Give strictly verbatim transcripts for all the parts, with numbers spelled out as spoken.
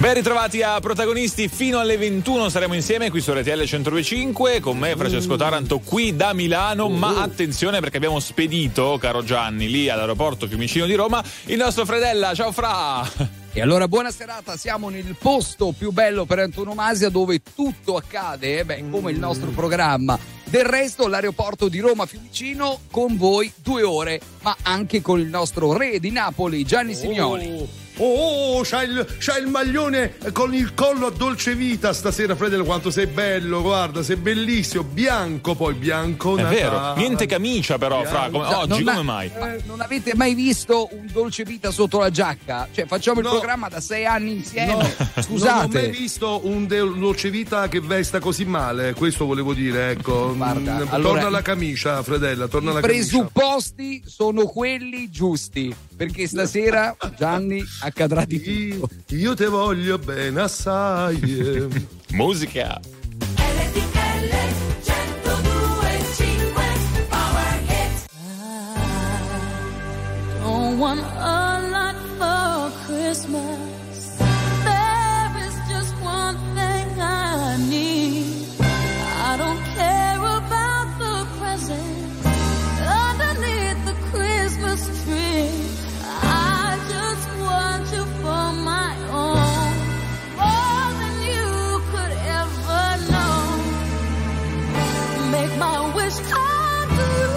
Ben ritrovati a Protagonisti, fino alle ventuno saremo insieme qui su R T L centodue e cinque con me Francesco Taranto qui da Milano, ma attenzione perché abbiamo spedito, caro Gianni, lì all'aeroporto Fiumicino di Roma, il nostro Fredella. Ciao Fra! E allora buona serata, siamo nel posto più bello per antonomasia dove tutto accade, eh? Beh, come il nostro programma. Del resto l'aeroporto di Roma Fiumicino con voi due ore, ma anche con il nostro re di Napoli, Gianni Simioni. Oh, oh, c'hai il, c'hai il maglione con il collo a dolce vita stasera, Fredel, quanto sei bello, guarda, sei bellissimo, bianco, poi bianco. È Natale. vero, niente camicia però, bianco. Fra, come, oggi non come ha, mai? Eh, non avete mai visto un dolce vita sotto la giacca? Cioè, facciamo il no. programma da sei anni insieme. No. Scusate. Non ho mai visto un de- dolce vita che vesta così male, questo volevo dire, ecco. Guarda, mm, allora, torna alla camicia, Fredella, torna alla camicia. I presupposti sono quelli giusti, perché stasera Gianni accadrà di tutto. Io, io te voglio bene assai. Eh. Musica. Don't want a lot for Christmas. There is just one thing I need. I don't care about the presents underneath the Christmas tree. I just want you for my own, more than you could ever know. Make my wish come true.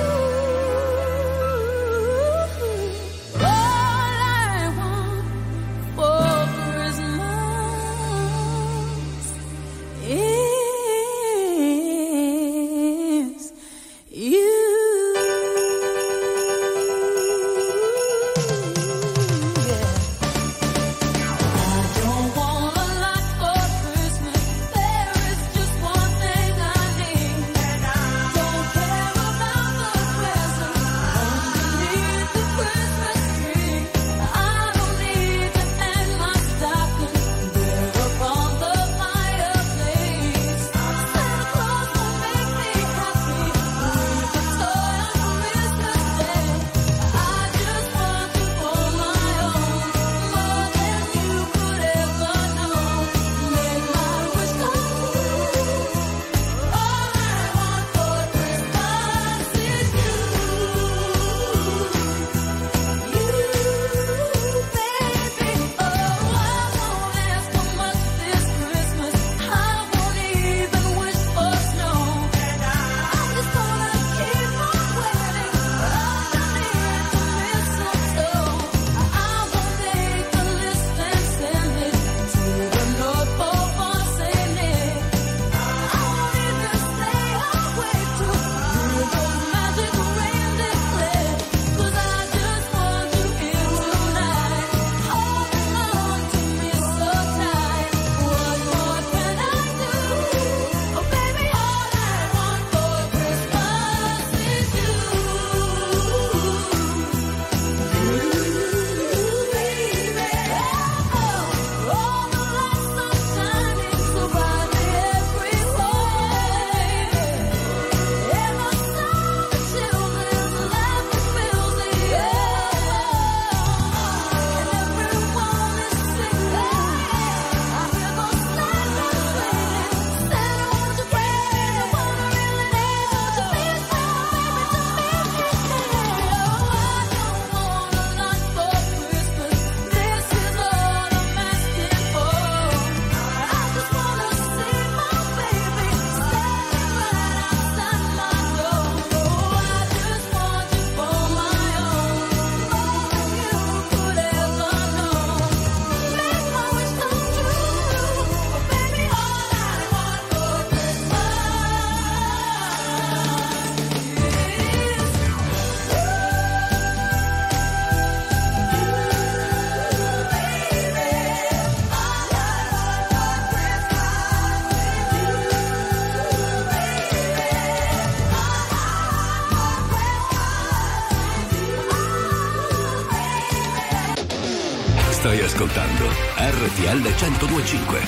Stai ascoltando R T L centodue e cinque.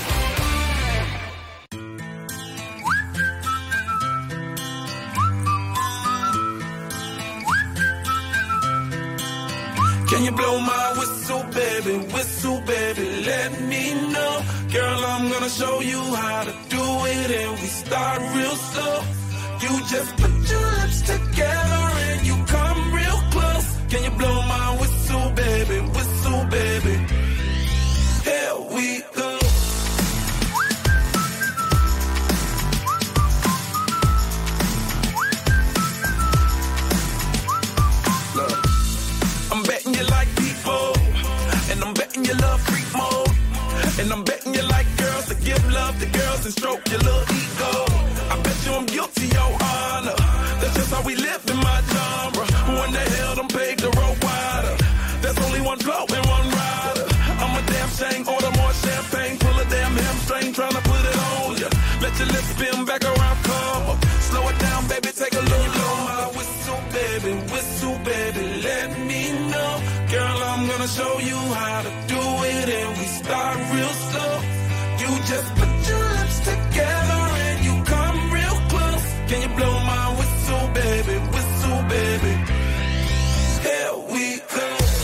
Can you blow my whistle, baby, whistle, baby, let me know Girl, I'm gonna show you how to do it, and we start real slow. You just put your lips together and you come real close. Can you blow my whistle, baby, whistle, baby? Here we go. Look, I'm betting you like people, and I'm betting you love freak mode, and I'm betting you like girls to give love to girls and stroke your little ego. I bet you I'm guilty, your honor. That's just how we live in my genre. Who in the hell done paved the road wider? There's only one flow and one rider. I'm a damn shame, order more champagne, pull a damn hamstring, tryna put it on ya. Let your lips spin back around, come up. Slow it down, baby, take a look. Blow my whistle, baby, whistle, baby, let me know. Girl, I'm gonna show you how to do it, and we start real slow. You just put your lips together and you come real close. Can you blow my whistle, baby, whistle, baby? Here we go.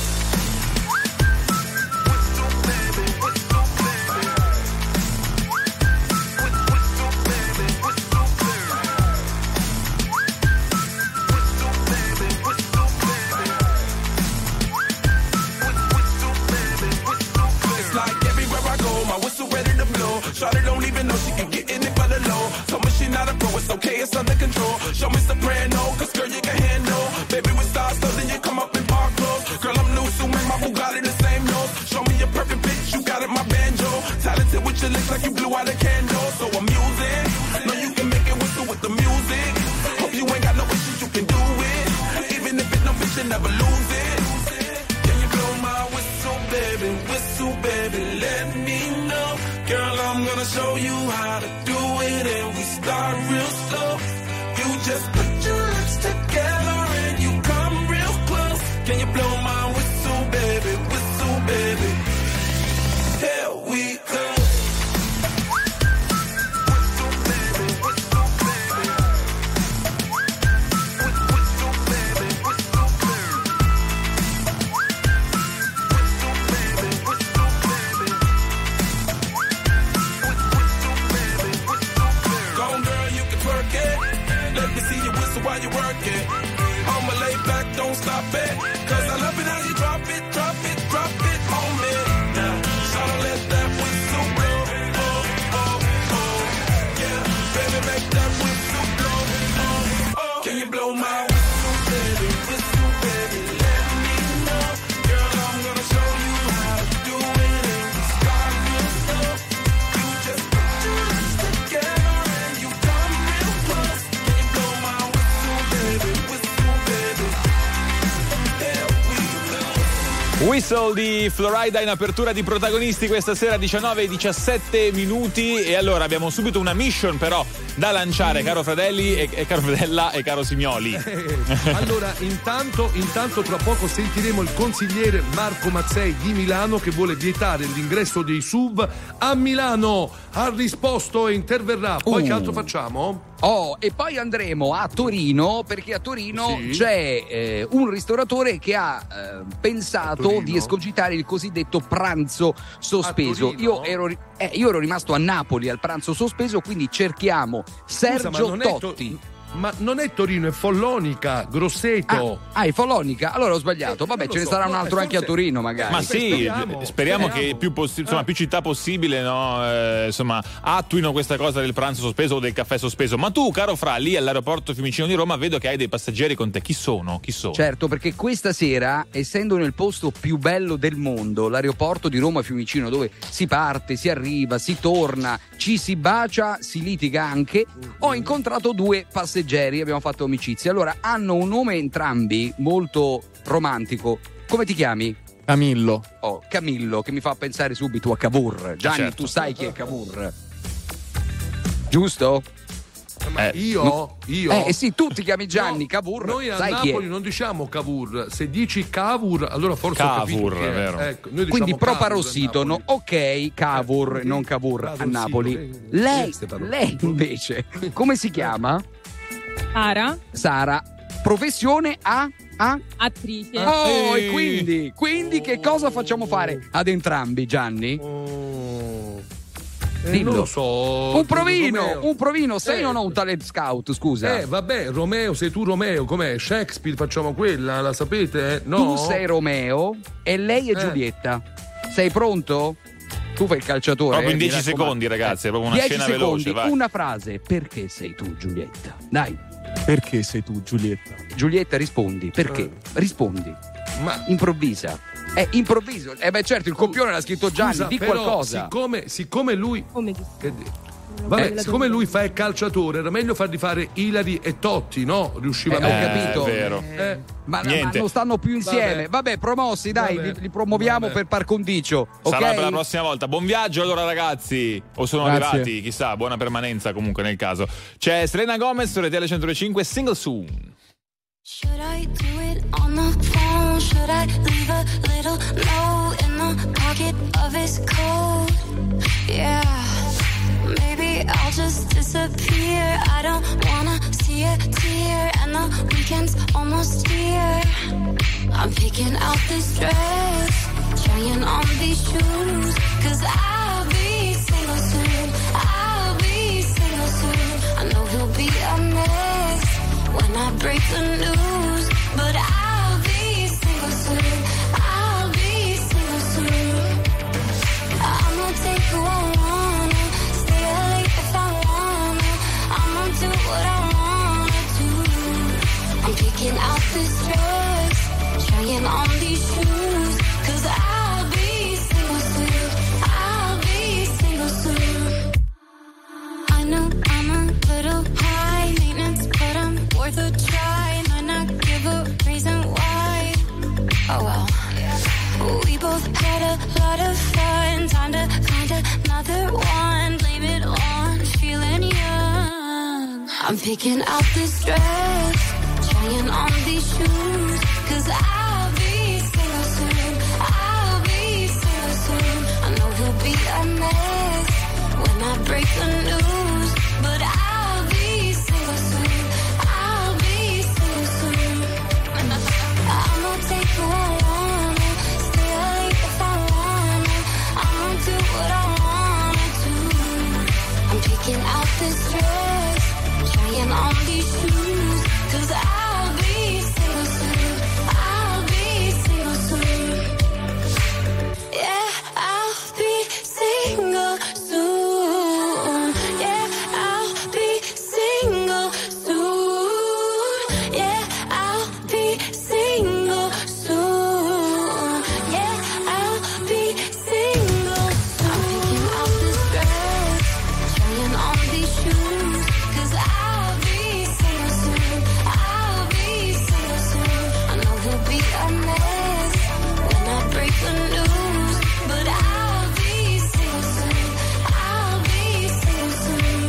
Shawty don't even know she can get in it for the low. Told me she not a pro, it's okay, it's under control. Show me soprano, cause girl you can handle. Baby with stars, so then you come up in park clothes. Girl I'm new, so make my Bugatti the same nose. Show me your perfect pitch, you got it, my banjo. Talented with your lips like you blew out a candle. So I'm using, know you can make it whistle with the music. Hope you ain't got no issues, you can do it. Even if it's no bitch, you never lose it. Can you blow my whistle, baby, whistle, baby, let me know. Girl, I'm gonna show you how to do it, and we start real slow. You just put your lips together and you come real close. Can you blow my whistle, baby, whistle, baby? Here we go. While you work it, I'ma lay back, don't stop it. Cause I love it how you drop it, drop it, drop it on me. Now, try to let that whistle blow. Oh, oh, oh. Yeah, baby, make that whistle blow. Oh, oh. Can you blow my whistle, baby? Whistle, baby, let me know. Girl, I'm gonna show you how to do it, and we start real slow. You just put your lips together and you come real close. Can you blow my Whistle di Florida in apertura di Protagonisti questa sera, diciannove e diciassette minuti. E allora abbiamo subito una mission però da lanciare, caro Fratelli e, e caro Fredella e caro Simioli. Allora intanto, intanto tra poco sentiremo il consigliere Marco Mazzei di Milano che vuole vietare l'ingresso dei S U V a Milano. Ha risposto e interverrà. Poi uh. che altro facciamo? Oh, e poi andremo a Torino, perché a Torino sì. c'è eh, un ristoratore che ha eh, pensato di escogitare il cosiddetto pranzo sospeso. Io ero, eh, io ero rimasto a Napoli al pranzo sospeso, quindi cerchiamo Sergio Scusa, ma non Totti. È to- ma non è Torino, è Follonica, Grosseto. Ah, ah è Follonica? Allora ho sbagliato. Eh, Vabbè, non ce ne so, sarà un no, altro forse... anche a Torino, magari. Ma sì, speriamo, speriamo, speriamo. che più, possi- insomma, più città possibile, no? eh, insomma, attuino questa cosa del pranzo sospeso o del caffè sospeso. Ma tu, caro Fra, lì all'aeroporto Fiumicino di Roma vedo che hai dei passeggeri con te. Chi sono? Chi sono? Certo, perché questa sera, essendo nel posto più bello del mondo, l'aeroporto di Roma Fiumicino, dove si parte, si arriva, si torna, ci si bacia, si litiga anche, ho incontrato due passeggeri, abbiamo fatto amicizia. Allora, hanno un nome entrambi molto romantico. Come ti chiami? Camillo. Oh, Camillo, che mi fa pensare subito a Cavour. Gianni, certo. tu sai chi è Cavour? Giusto? Ma Eh, io? no. Io? Eh sì, tu ti chiami Gianni, No, Cavour. Noi a sai chi è? Napoli non diciamo Cavour. Se dici Cavour, allora forse ho capito Cavour, chi è. vero. Ecco, noi diciamo Quindi Cavour a proparossitono, Napoli. ok, Cavour, Eh, non Cavour a Cavour, sì, Napoli. eh, Lei, queste parole. lei invece, come si chiama? Sara, Sara. Professione a? a? attrice. Oh, Ehi. e quindi? Quindi che cosa facciamo fare ad entrambi, Gianni? Oh. Eh, Dillo. non lo so. Un provino, Romeo. un provino, sei Eh. o no un talent scout, scusa? Eh, vabbè, Romeo, sei tu Romeo, com'è? Shakespeare facciamo quella, la sapete? No? Tu sei Romeo e lei è Eh. Giulietta. Sei pronto? Tu fai il calciatore. Proprio in eh, mi dieci raccomando. secondi, ragazzi, è proprio una dieci scena secondi, veloce, vai. una frase. Perché sei tu Giulietta? Dai, Perché sei tu, Giulietta? Giulietta, rispondi. Perché? Eh. Rispondi. Ma Improvvisa. È improvviso. Eh beh, certo, il copione l'ha scritto Gianni, scusa, di però, qualcosa. Siccome, siccome lui. Come di- Che di- Vabbè, Eh, siccome lui fa il calciatore, era meglio fargli fare Ilari e Totti, no? Riusciva Eh, a ho mettere- capito. è vero. Eh, Ma, ma Niente. non stanno più insieme. Vabbè. Vabbè, promossi, dai, Vabbè. li, li promuoviamo Vabbè. per par condicio. Sarà ok? per la prossima volta. Buon viaggio allora, ragazzi. O sono Grazie. arrivati, chissà, buona permanenza comunque nel caso. C'è Selena Gomez su R T L centodue e cinque, Single Soon. Should I do it on the phone? Should I leave a little note in the pocket of his coat? Yeah, maybe I'll just disappear. I don't wanna see a tear, and the weekend's almost here. I'm picking out this dress, trying on these shoes, 'cause I'll be single soon. I'll be single soon. I know he'll be a mess when I break the news, but I'll be single soon. I'll be single soon. I'ma take who I wanna, stay late if I wanna. I'ma do what I wanna do. I'm picking out this dress, trying on these shoes, 'cause I'll be single soon. I'll be single soon. I know I'm a little high maintenance, but I'm worth a try. Might not give a reason why. Oh well. We both had a lot of fun. Time to find another one. Blame it on feeling young. I'm picking out this dress, trying on these shoes, 'cause I'll be single soon. I'll be single soon. I know he'll be a mess when I break the news, but I'll be single soon. I'll be single soon. I'ma take who I wanna, stay late if I wanna. I'ma do what I wanna do. I'm picking out this dress, trying on these shoes, 'cause I'll be single soon. I'll be single soon. Yeah, I'll be single soon. Yeah, I'll be single soon. Yeah, I'll be single soon. Yeah, I'll be single. I'm picking out this dress, trying on these shoes, 'cause I'll be single soon. I'll be single soon. I know he'll be a mess when I break the news, but I'll be single soon. I'll be single soon.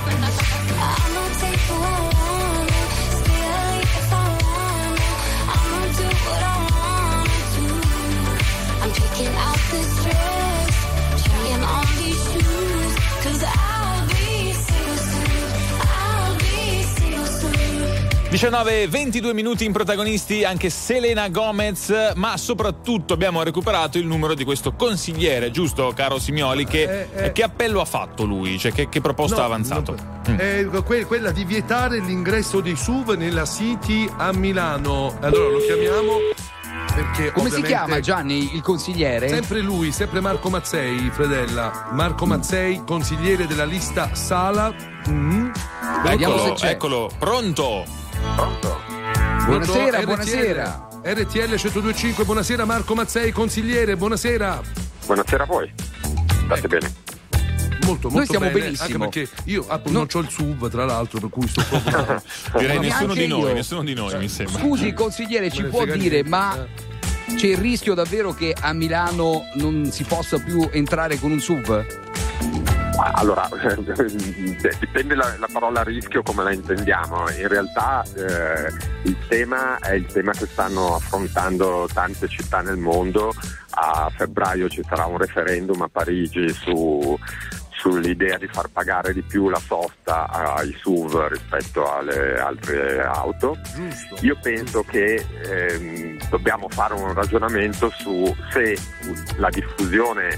I'ma take who I wanna, stay late if I wanna. I'ma do what I wanna do. I'm picking out this dress, trying on these shoes, 'cause I'll be single soon. I'll be single soon. diciannove e ventidue minuti in protagonisti anche Selena Gomez, ma soprattutto abbiamo recuperato il numero di questo consigliere, giusto caro Simioli? Che, Eh, eh. che appello ha fatto lui? Cioè che, che proposta no, ha avanzato? no, Mm. eh, que- quella di vietare l'ingresso dei S U V nella City a Milano. Allora lo chiamiamo perché Come si ovviamente- chiama Gianni, il consigliere? Sempre lui, sempre Marco Mazzei, Fredella. Marco Mazzei, consigliere della lista Sala. Mm. Vediamo se Eccolo, c'è. eccolo, pronto? Buonasera, R T L, buonasera. R T L centodue e cinque, buonasera Marco Mazzei, consigliere, buonasera. Buonasera a voi. State bene? Molto, molto Noi stiamo bene, benissimo. Anche perché io appunto, non ho il S U V, tra l'altro, per cui sto proprio. Direi Ma nessuno neanche di noi, io. nessuno di noi mi sembra. Scusi, consigliere, ci Me ne può frega dire, niente, ma eh. c'è il rischio davvero che a Milano non si possa più entrare con un S U V? Allora, dipende la, la parola rischio come la intendiamo. In realtà eh, il tema è il tema che stanno affrontando tante città nel mondo. A febbraio ci sarà un referendum a Parigi su sull'idea di far pagare di più la sosta ai S U V rispetto alle altre auto. Giusto. Io penso che ehm, dobbiamo fare un ragionamento su se la diffusione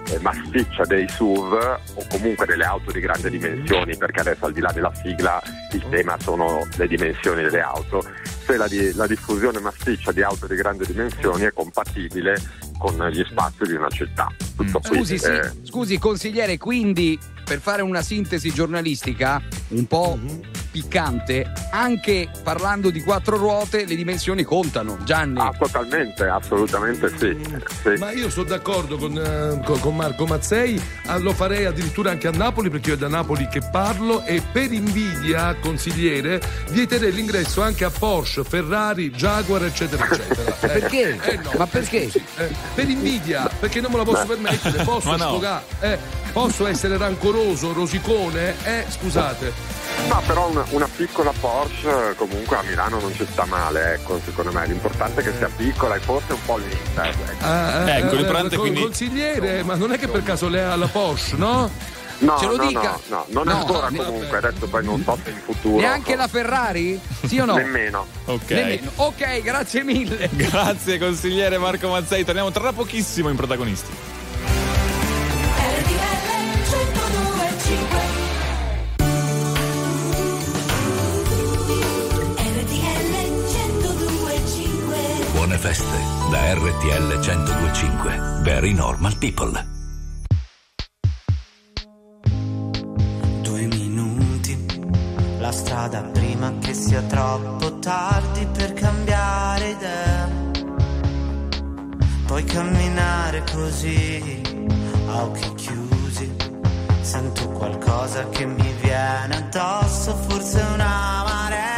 eh, massiccia dei S U V o comunque delle auto di grandi dimensioni, perché adesso al di là della sigla il tema sono le dimensioni delle auto. Se la, di, la diffusione massiccia di auto di grandi dimensioni è compatibile con gli spazi di una città. Tutto qui, Scusi, sì, eh, scusi consigliere, quindi per fare una sintesi giornalistica un po' piccante, anche parlando di quattro ruote le dimensioni contano, Gianni. Ah, totalmente, assolutamente sì, sì. Ma io sono d'accordo con, eh, con- con Marco Mazzei, ah, lo farei addirittura anche a Napoli, perché io è da Napoli che parlo, e per invidia, consigliere, vieterei l'ingresso anche a Porsche, Ferrari, Jaguar, eccetera, eccetera. Eh, Perché? eh, no. Ma perché? Eh, per invidia, perché non me la posso permettere, posso Ma no. sfogare, eh, posso essere rancoroso, rosicone, eh, scusate. No, però una, una piccola Porsche comunque a Milano non ci sta male, ecco, secondo me l'importante è che sia piccola e forse un po' lenta, ecco. Ah, Ecco, l'importante con- quindi- consigliere, ma non è che per caso lei ha la Porsche, no? No, Ce lo no, dica. no, no, non No, ancora no, comunque, adesso poi non so se in futuro. Neanche la Ferrari? Sì o no? Nemmeno. Ok. Nemmeno. Ok, grazie mille. Grazie consigliere Marco Mazzei, torniamo tra pochissimo in Protagonisti. Buone feste da R T L centodue e cinque. Very normal people. Due minuti, la strada prima che sia troppo tardi per cambiare idea. Puoi camminare così, a occhi chiusi. Sento qualcosa che mi viene addosso, forse una marea.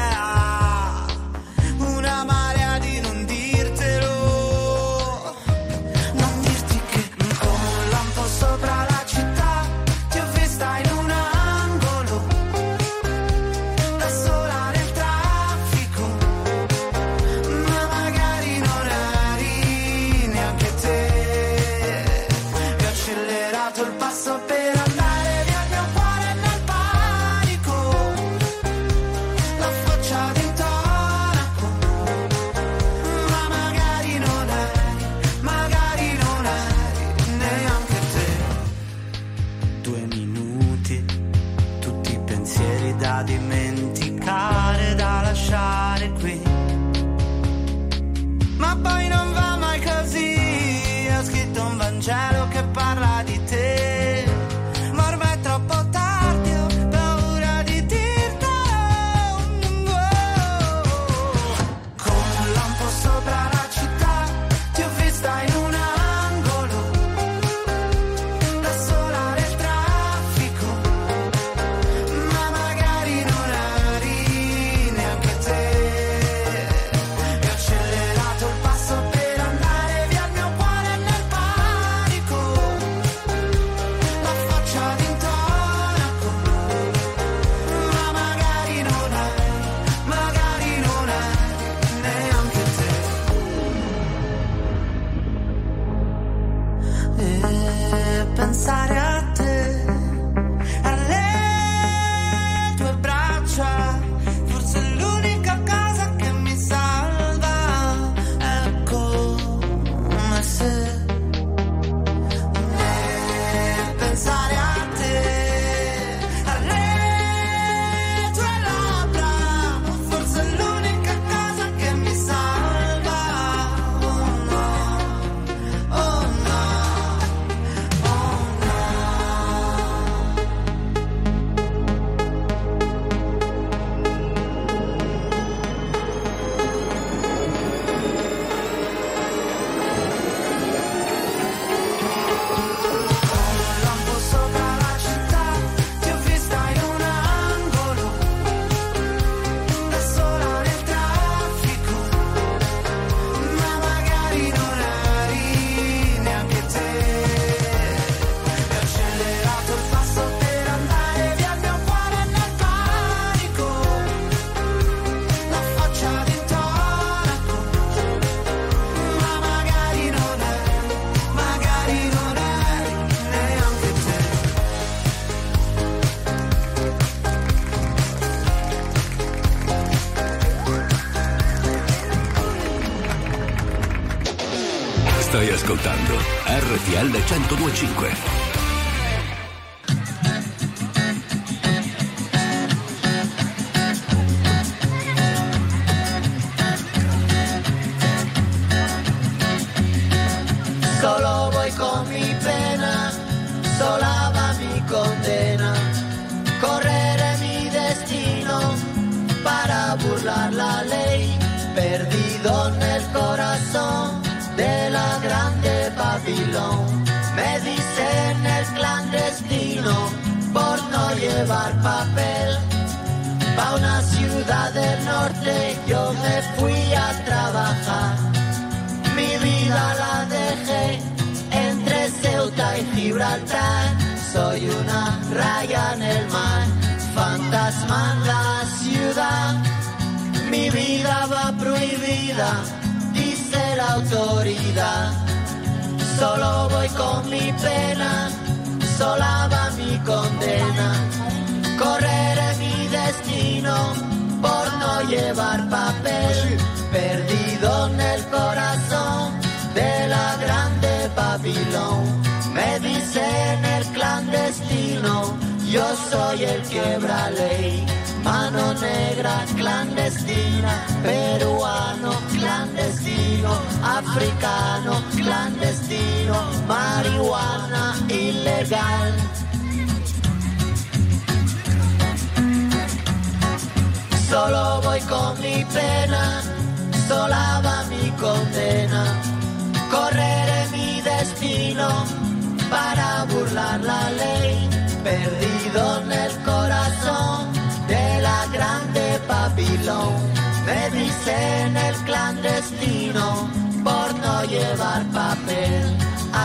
Una marea di non dirtelo. Non dirti che come un lampo sopra la città ti ho vista in un angolo, da sola nel traffico, ma magari non eri neanche te. E ho accelerato il passo per andare via, il mio cuore nel panico. Stai ascoltando R T L centodue e cinque. Solo voy con mi pena, sola va mi condena. Correré mi destino para burlar la ley. Perdido en el corazón de la grande Babilón. Me dicen el clandestino por no llevar papel. Pa' una ciudad del norte yo me fui a trabajar. Mi vida la dejé entre Ceuta y Gibraltar. Soy una raya en el mar, fantasma en la ciudad. Mi vida va prohibida, dice la autoridad. Solo voy con mi pena, sola va mi condena. Correré mi destino por no llevar papel. Perdido en el corazón de la grande Babilón. Me dicen el clandestino, yo soy el quebra ley. Mano negra clandestina, peruano clandestino, africano clandestino, marihuana ilegal. Solo voy con mi pena, sola va mi condena. Correré mi destino para burlar la ley. Perdido en el corazón de la grande Babilón. Me dicen el clandestino por no llevar papel.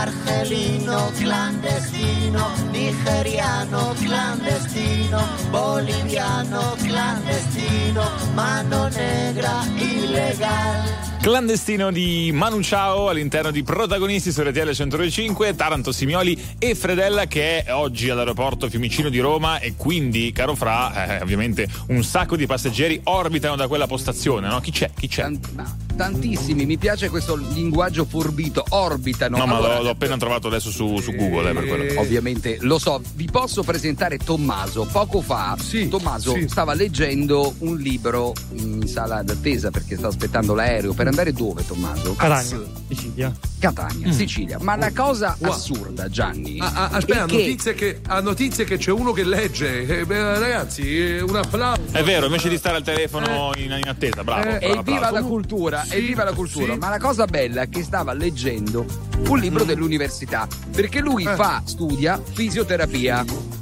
Argelino clandestino, nigeriano clandestino, boliviano clandestino, mano negra ilegal. Clandestino di Manu Chao all'interno di Protagonisti su R T L centodue e cinque, Taranto, Simioli e Fredella, che è oggi all'aeroporto Fiumicino di Roma, e quindi, caro Fra, eh, ovviamente un sacco di passeggeri orbitano da quella postazione, no? Chi c'è? Chi c'è? Tant- no, tantissimi, mi piace questo linguaggio forbito, orbitano. No, allora, ma l'ho, l'ho appena trovato adesso su, su Google, eh, per quello. Ovviamente, lo so, vi posso presentare Tommaso. Poco fa Sì, Tommaso sì. stava leggendo un libro in sala d'attesa perché stava aspettando l'aereo per andare dove, Tommaso? Catania, Sicilia. Catania, Mm. Sicilia. Ma la cosa Wow. assurda, Gianni, Ah, ah, aspetta, è ha che notizie che, ha notizie che c'è uno che legge. Eh, beh, ragazzi, eh, un applauso. È vero, invece di stare al telefono in, in attesa, bravo. Eh, bravo, e viva bravo. la cultura, Sì, e viva la cultura. sì. Ma la cosa bella è che stava leggendo un libro dell'università, perché lui Eh. fa, studia fisioterapia.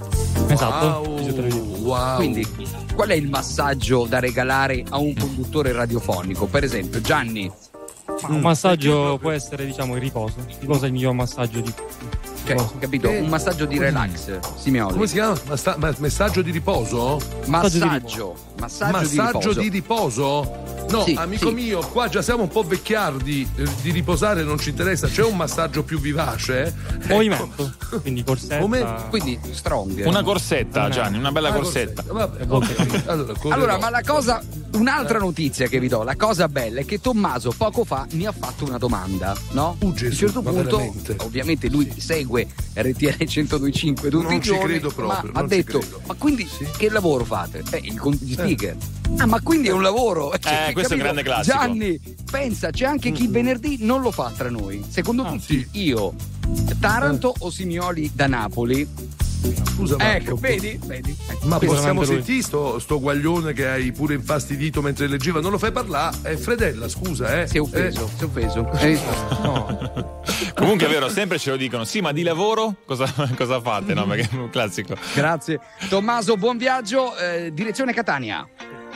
Esatto. Wow, fisioterapia. wow. Quindi, qual è il massaggio da regalare a un conduttore radiofonico? Per esempio, Gianni, Ma un massaggio può essere, diciamo, il riposo. Il riposo è il miglior massaggio di cioè, riposo. capito? Eh. Un massaggio di relax, Simeoli. Come si chiama? Massa- ma- messaggio di riposo? Massaggio, massaggio, Massaggio di riposo. di riposo? No, Sì, amico sì. mio, qua già siamo un po' vecchiardi, eh, di riposare non ci interessa, c'è un massaggio più vivace? Ecco. Movimento, quindi corsetta. Come? Quindi strong. Una corsetta, Gianni, una bella Ah, corsetta. Vabbè, volte ok. Allora, correrò. Allora, ma la cosa, un'altra notizia che vi do, la cosa bella è che Tommaso poco fa mi ha fatto una domanda, no? Uh, Gesù, a un certo ma punto, veramente? ovviamente lui segue R T L centodue e cinque tutti Non i ci giorni, credo proprio, ma ha non ci detto, credo. ma quindi Sì. che lavoro fate? Eh, il con- gli speaker. Ah, ma quindi è un lavoro? Eh, questo è un capito? grande classico. Gianni, pensa, c'è anche chi venerdì non lo fa tra noi. Secondo Ah, tutti, sì. io, Taranto o Simioli da Napoli? Scusa, ma, Ecco, vedi? Vedi? Ecco, ma questo- possiamo veramente lui. sentire sto, sto guaglione che hai pure infastidito mentre leggeva? Non lo fai parlare? È Fredella, scusa, eh. Si è offeso, si è offeso. Eh, no. Comunque è vero, sempre ce lo dicono. Sì, ma di lavoro cosa, cosa fate? No, perché è un classico. Grazie. Tommaso, buon viaggio, eh, direzione Catania.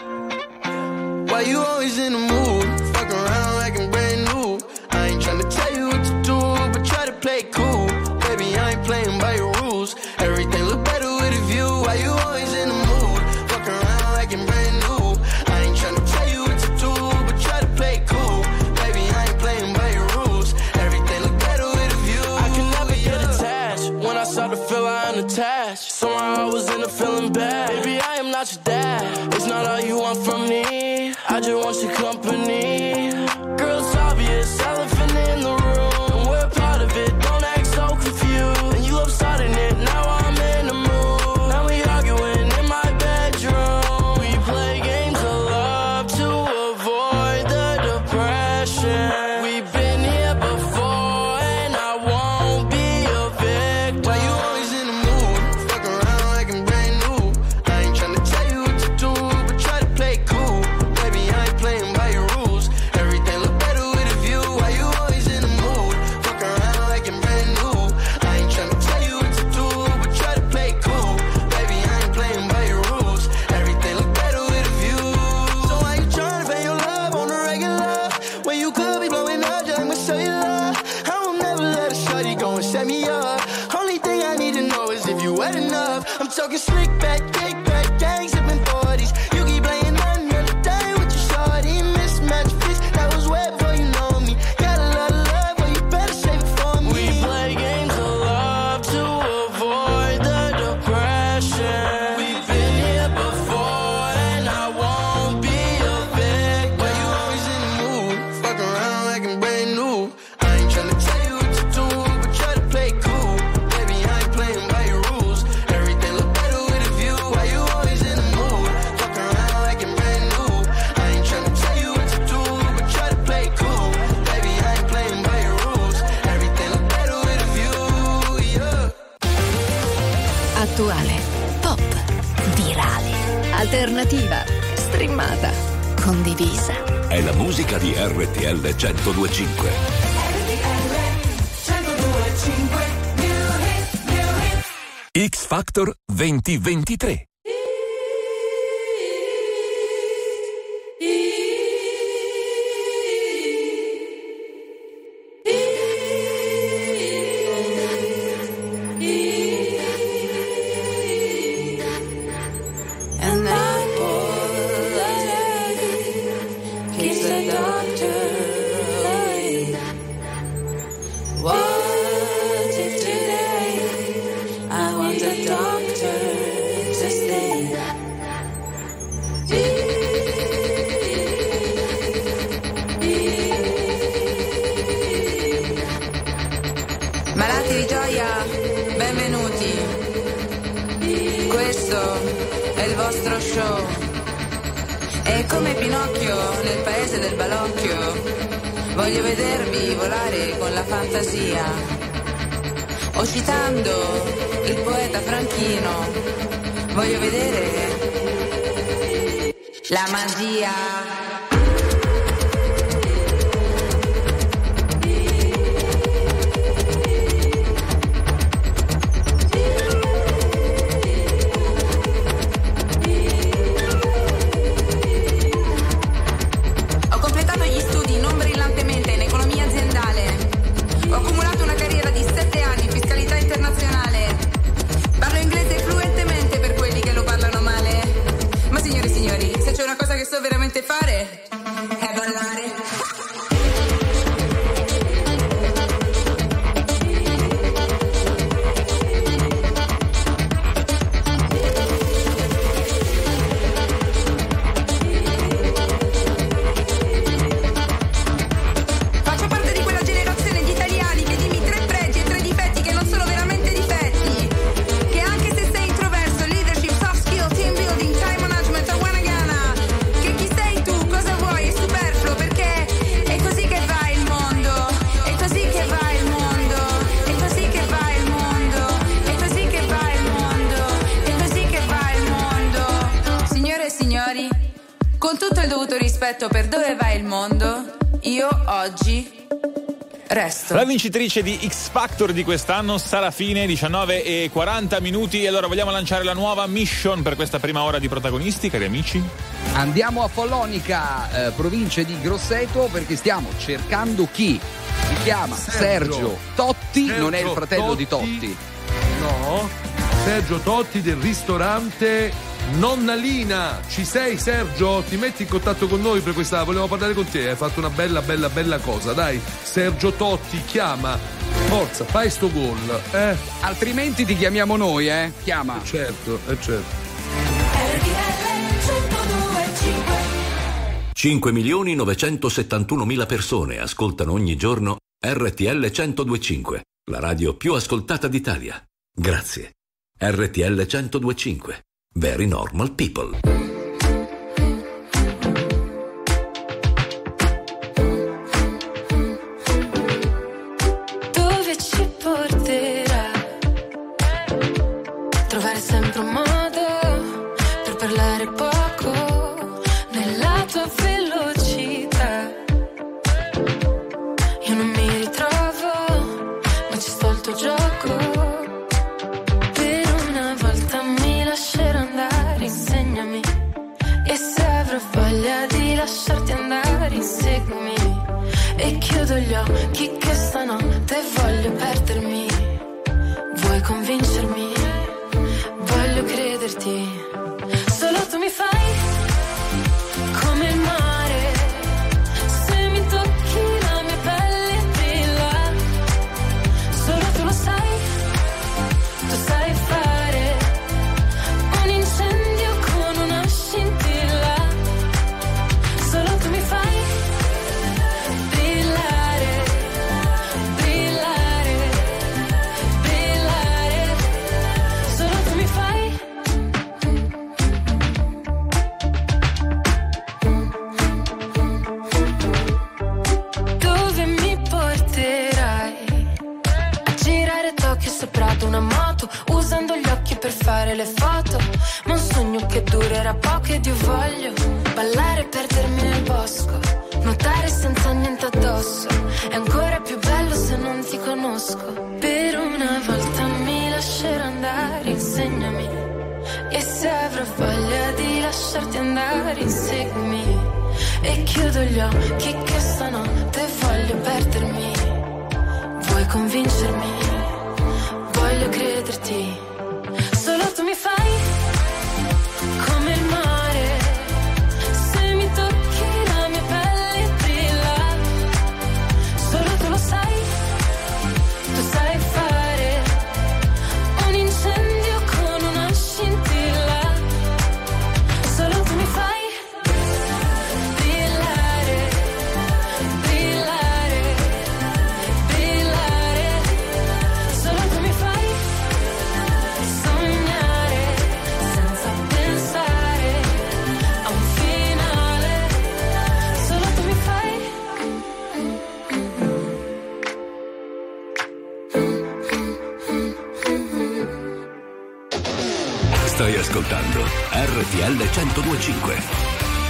Why you always in the mood? Fuck around like I'm brand new. I ain't tryna tell you what to do, but try to play it cool. Baby, I ain't playing by your rules. Everything look better with a view. Why you always in the mood? Fuck around like I'm brand new. I ain't tryna tell you what to do, but try to play it cool. Baby, I ain't playing by your rules. Everything look better with a view. I can never get attached. When I start to feel I unattached, somehow I was in a feeling bad. Baby, I am not your dad. It's not all you want from me. I just want your company. talking slick back, kick back, gang sipping forties. You keep playing another day with your shorty. Mismatch fits, that was way before you know me. Got a lot of love, but you better save it for me. We play games of love to avoid the depression. We've been here before and I won't be a victim. Why you always in the mood? Fuck around like I'm brand new. I ain't tryna tell you what to do, but try to play cool. Baby, I ain't playing by your rules. Everything look better with a view. Why you always in the mood? Fuck around like I'm brand new. I ain't tryna tell you what to do, but try to play cool. Baby, I ain't playing by your rules. Everything look better with a view, yeah. Attuale, pop, virale, alternativa, streamata, condivisa. È la musica di R T L centodue e cinque. X Factor duemilaventitré. And that boy keeps the doctor away. What if today I want the doctor to stay? Malati di gioia, benvenuti. Questo è il vostro show. E come Pinocchio nel paese del balocchio, voglio vedervi volare con la fantasia. O citando il poeta Franchino, voglio vedere la magia. Ho completato gli studi non brillantemente in economia aziendale. Ho accumulato una carriera di sette anni in fiscalità internazionale. Parlo inglese fluentemente per quelli che lo parlano male. Ma signori e signori, se c'è una cosa che so veramente fare è ballare. Faccio parte di quella generazione di italiani che dimmi tre pregi e tre difetti che non sono veramente difetti. Che anche se sei introverso, leadership, soft skill, team building, time management, a buona gana. Che chi sei tu, cosa vuoi, è superfluo perché è così che va il mondo. È così che va il mondo. È così che va il mondo. È così che va il mondo. È così che va il mondo. Signore e signori, con tutto il dovuto rispetto per dove va il mondo, io oggi resto. La vincitrice di X Factor di quest'anno sarà fine diciannove e quaranta minuti. E allora vogliamo lanciare la nuova mission per questa prima ora di protagonisti, cari amici? Andiamo a Follonica, eh, provincia di Grosseto, perché stiamo cercando chi si chiama Sergio, Sergio. Totti, Sergio non è il fratello di Totti. Totti. No, Sergio Totti del ristorante Nonnalina. Ci sei, Sergio? Ti metti in contatto con noi per questa. Volevamo parlare con te. Hai fatto una bella, bella, bella cosa. Dai, Sergio Totti, chiama. Forza, fai sto gol. Eh? Altrimenti ti chiamiamo noi, eh? Chiama. Certo, è certo. cinque milioni novecentosettantunomila persone ascoltano ogni giorno R T L centodue e cinque, la radio più ascoltata d'Italia. Grazie. R T L centodue e cinque. Very normal people. Dove ci porterà? Trovare sempre un modo per parlare poco nella tua velocità. Io non mi ritrovo, ma ci sto al tuo gioco. Per una volta mi lascerò andare, insegnami. E se avrò voglia di lasciarti andare, inseguimi. E chiudo gli occhi che stanotte voglio perdermi. Vuoi convincermi? Voglio fare le foto, ma un sogno che durerà poco ed io voglio ballare e perdermi nel bosco, nuotare senza niente addosso, è ancora più bello se non ti conosco. Per una volta mi lascerò andare, insegnami, e se avrò voglia di lasciarti andare, inseguimi, e chiudo gli occhi che stanotte voglio perdermi. Vuoi convincermi? Voglio crederti. Solo tu mi fai come il mare, se mi tocchi la mia pelle brilla. Solo tu lo sai, tu sai fare un incendio con una scintilla. Solo tu mi fai brillare, brillare, brillare. Solo tu mi fai sognare senza pensare a un finale. Solo tu mi fai. Stai ascoltando R T L centodue e cinque.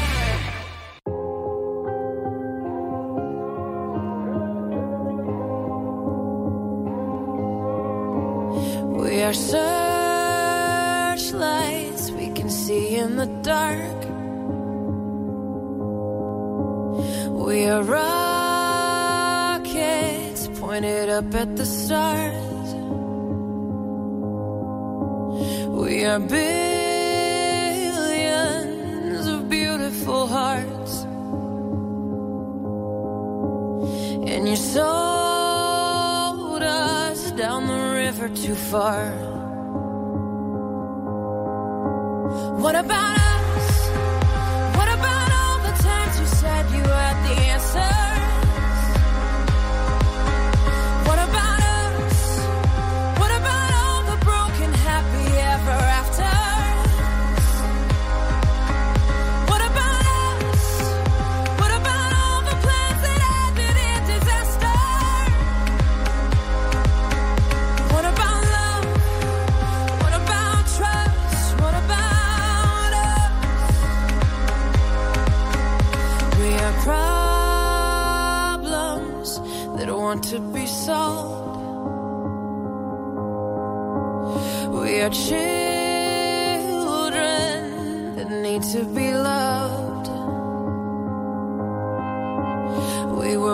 We are searchlights we can see in the dark. We are rockets pointed up at the stars. We are billions of beautiful hearts, and you sold us down the river too far. What about us? What about all the times you said you had the answers? What about us? What about all the broken happy ever afters? What about us? What about all the plans that ended in disaster? What about love? What about trust? What about us? We are problems that want to be solved. We are children that need to be loved. We were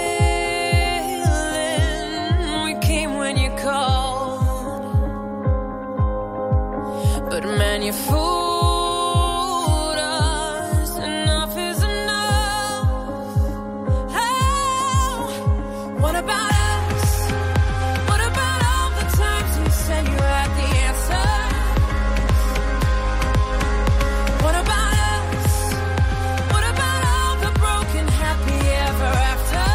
willing, we came when you called, but man, you fooled us. Enough is enough. Oh, what about us? What about all the times you said you had the answer? What about us? What about all the broken happy ever after?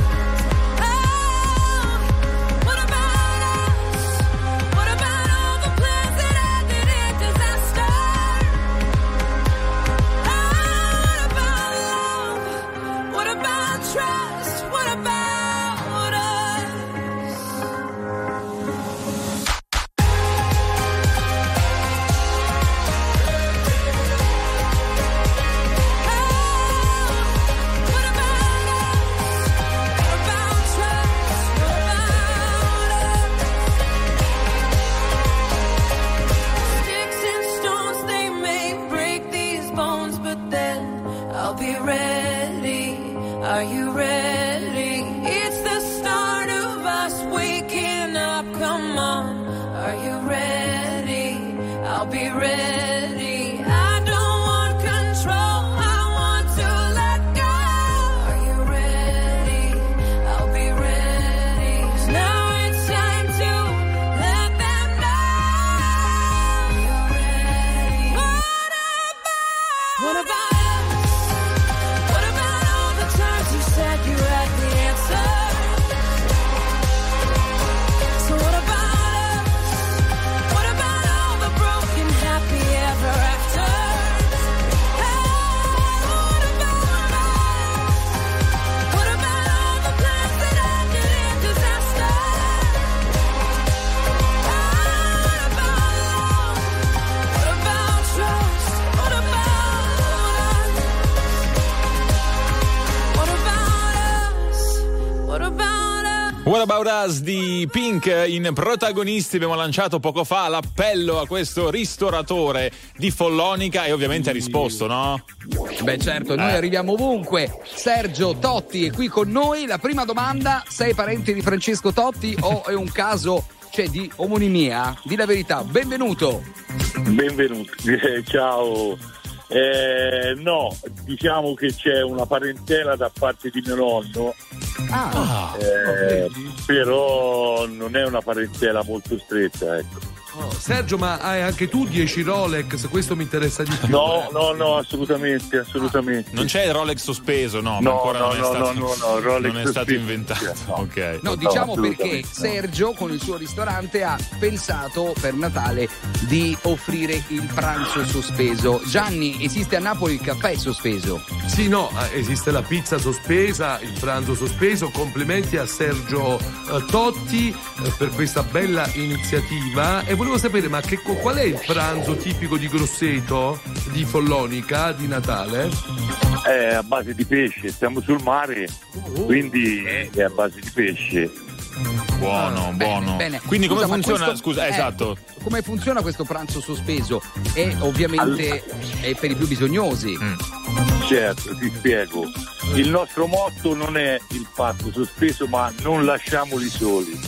Oh, what about us? What about all the plans that ended in disaster? Oh, what about love? What about trust? What about us? What about us? What about trust? What about us? Sticks and stones, they may break these bones, but then I'll be ready. Are you ready? It's the start of us waking up. Come on, are you ready? I'll be ready. I don't want control, I want to let go. Are you ready? I'll be ready. 'Cause now it's time to let them know. You're ready. What about? What about us? What about all the times you said you had the answer? So what about us? What about all the broken happy What About Us di Pink in protagonisti. Abbiamo lanciato poco fa l'appello a questo ristoratore di Follonica e ovviamente ha risposto, no? Beh certo, noi Eh. arriviamo ovunque. Sergio Totti è qui con noi. La prima domanda: sei parente di Francesco Totti o è un caso, cioè, di omonimia? Di la verità. Benvenuto. Benvenuti, eh, ciao. Eh, no, diciamo che c'è una parentela da parte di mio nonno, Ah, eh, però non è una parentela molto stretta, ecco. Oh, Sergio, ma hai anche tu dieci Rolex? Questo mi interessa di più. No, eh. no, no, assolutamente, assolutamente. Non c'è il Rolex sospeso, no? ma No, ancora no, non è no, stato, no, no, no, Rolex non è stato sospeso. inventato. No. Ok. No, No, diciamo assolutamente perché no. Sergio con il suo ristorante ha pensato per Natale di offrire il pranzo sospeso. Gianni, esiste a Napoli il caffè sospeso? Sì, no, eh, esiste la pizza sospesa, il pranzo sospeso. Complimenti a Sergio eh, Totti eh, per questa bella iniziativa. E volevo sapere, ma che, qual è il pranzo tipico di Grosseto, di Follonica, di Natale? È a base di pesce, siamo sul mare, quindi è a base di pesce. Buono, buono. Bene. Quindi come Scusa, ma funziona? questo- Scusa, eh, esatto. Come funziona questo pranzo sospeso? È ovviamente è per i più bisognosi. Certo, ti spiego. Il nostro motto non è il pasto sospeso, ma non lasciamoli soli.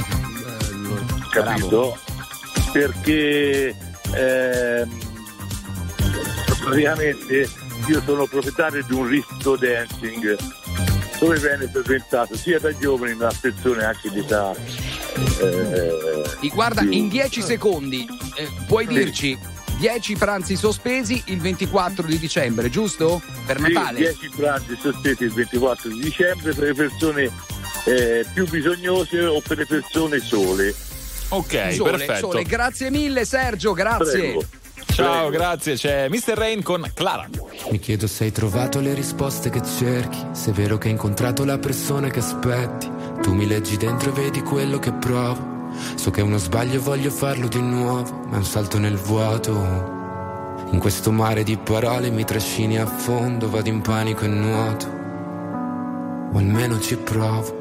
Capito? Perché ehm, praticamente io sono proprietario di un risto dancing dove viene frequentato sia da giovani ma da persone anche di età. eh, E guarda, più- in dieci secondi eh, puoi Sì. dirci dieci pranzi sospesi il ventiquattro di dicembre, giusto? Per Sì, Natale. dieci pranzi sospesi il ventiquattro di dicembre per le persone eh, più bisognose o per le persone sole. Ok, Sole, perfetto. sole. Grazie mille Sergio, grazie. Prego. Ciao, Prego. grazie. C'è mister Rain con Clara. Mi chiedo se hai trovato le risposte che cerchi, se è vero che hai incontrato la persona che aspetti. Tu mi leggi dentro e vedi quello che provo. So che è uno sbaglio e voglio farlo di nuovo, ma è un salto nel vuoto. In questo mare di parole mi trascini a fondo, vado in panico e nuoto, o almeno ci provo.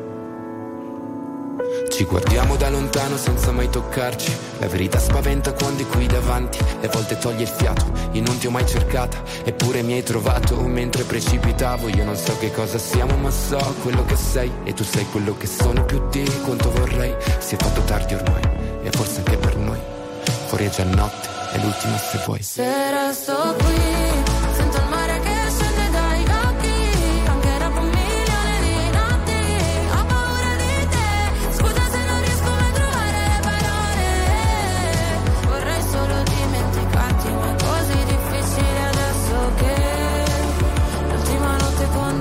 Ci guardiamo da lontano senza mai toccarci. La verità spaventa quando è qui davanti e a volte toglie il fiato. Io non ti ho mai cercata, eppure mi hai trovato mentre precipitavo. Io non so che cosa siamo, ma so quello che sei, e tu sei quello che sono più di quanto vorrei. Si è fatto tardi ormai, e forse anche per noi. Fuori è già notte, è l'ultima se vuoi. Se resto qui, sento il mare che scende dai occhi, anche dopo un milione di notti, ho paura di te, scusa se non riesco mai a trovare le parole, vorrei solo dimenticarti, ma è così difficile adesso che l'ultima notte con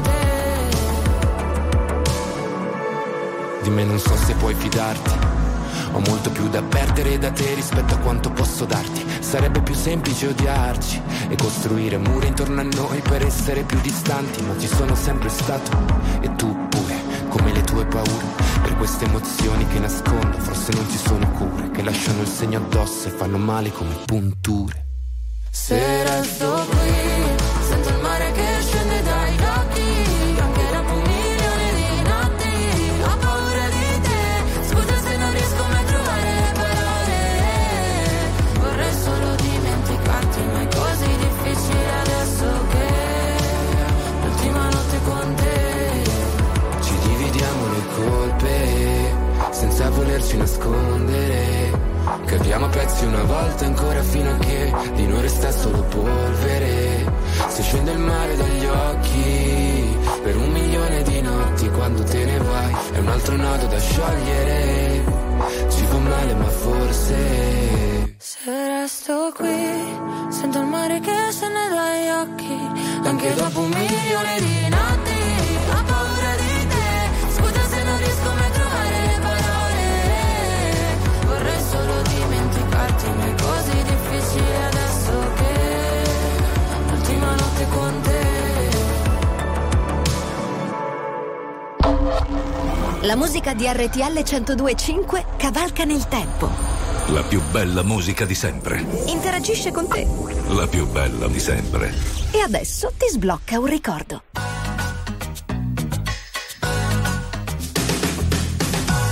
te. Di me non so se puoi fidarti. Ho molto più da perdere da te rispetto a quanto posso darti. Sarebbe più semplice odiarci e costruire muri intorno a noi per essere più distanti, ma ci sono sempre stato, e tu pure, come le tue paure. Per queste emozioni che nascondo forse non ci sono cure, che lasciano il segno addosso e fanno male come punture. Se resto qui, sento il mare che scende dai occhi, anche dopo un milione di notti, ho paura di te, scusa se non riesco mai a trovare le parole, vorrei solo dimenticarti, ma è così difficile adesso che l'ultima notte con te. Ci dividiamo le colpe senza volerci nascondere. Capiamo a pezzi una volta ancora fino a che di noi resta solo polvere. Se scende il mare dagli occhi per un milione di notti, quando te ne vai è un altro nodo da sciogliere. Ci fa male ma forse Se resto qui, sento il mare che scende dagli occhi, anche dopo un milione di notti, ho paura di te, scusa se non riesco mai a trovare le parole, vorrei solo dimenticarti, ma è così difficile adesso che l'ultima notte con te. La musica di R T L centodue e cinque cavalca nel tempo. La più bella musica di sempre. Interagisce con te. La più bella di sempre. E adesso ti sblocca un ricordo.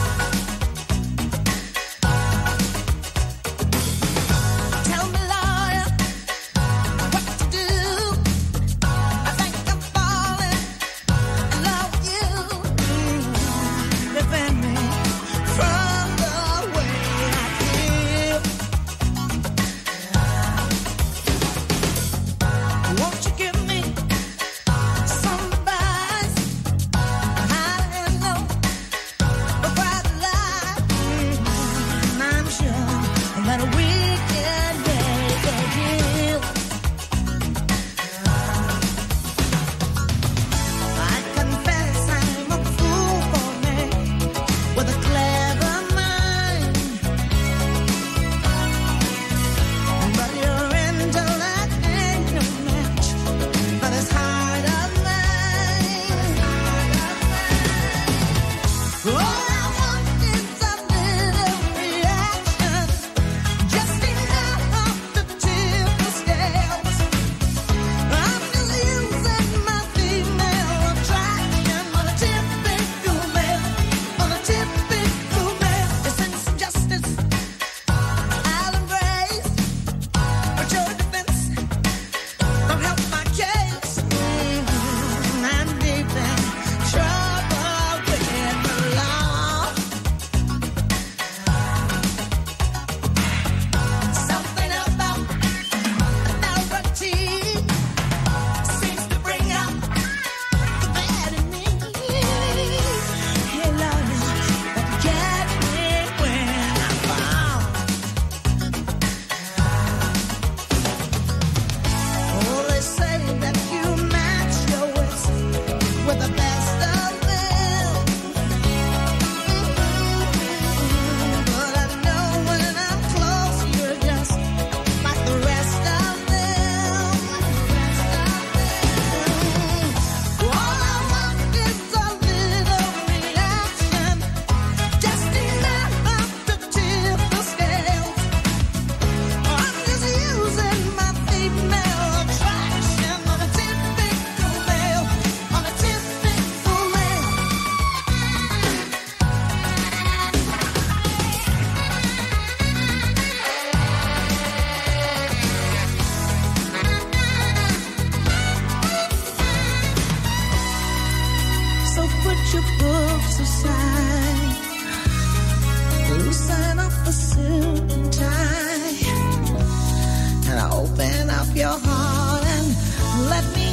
put your books aside, loosen up the silk and tie, and open up your heart and let me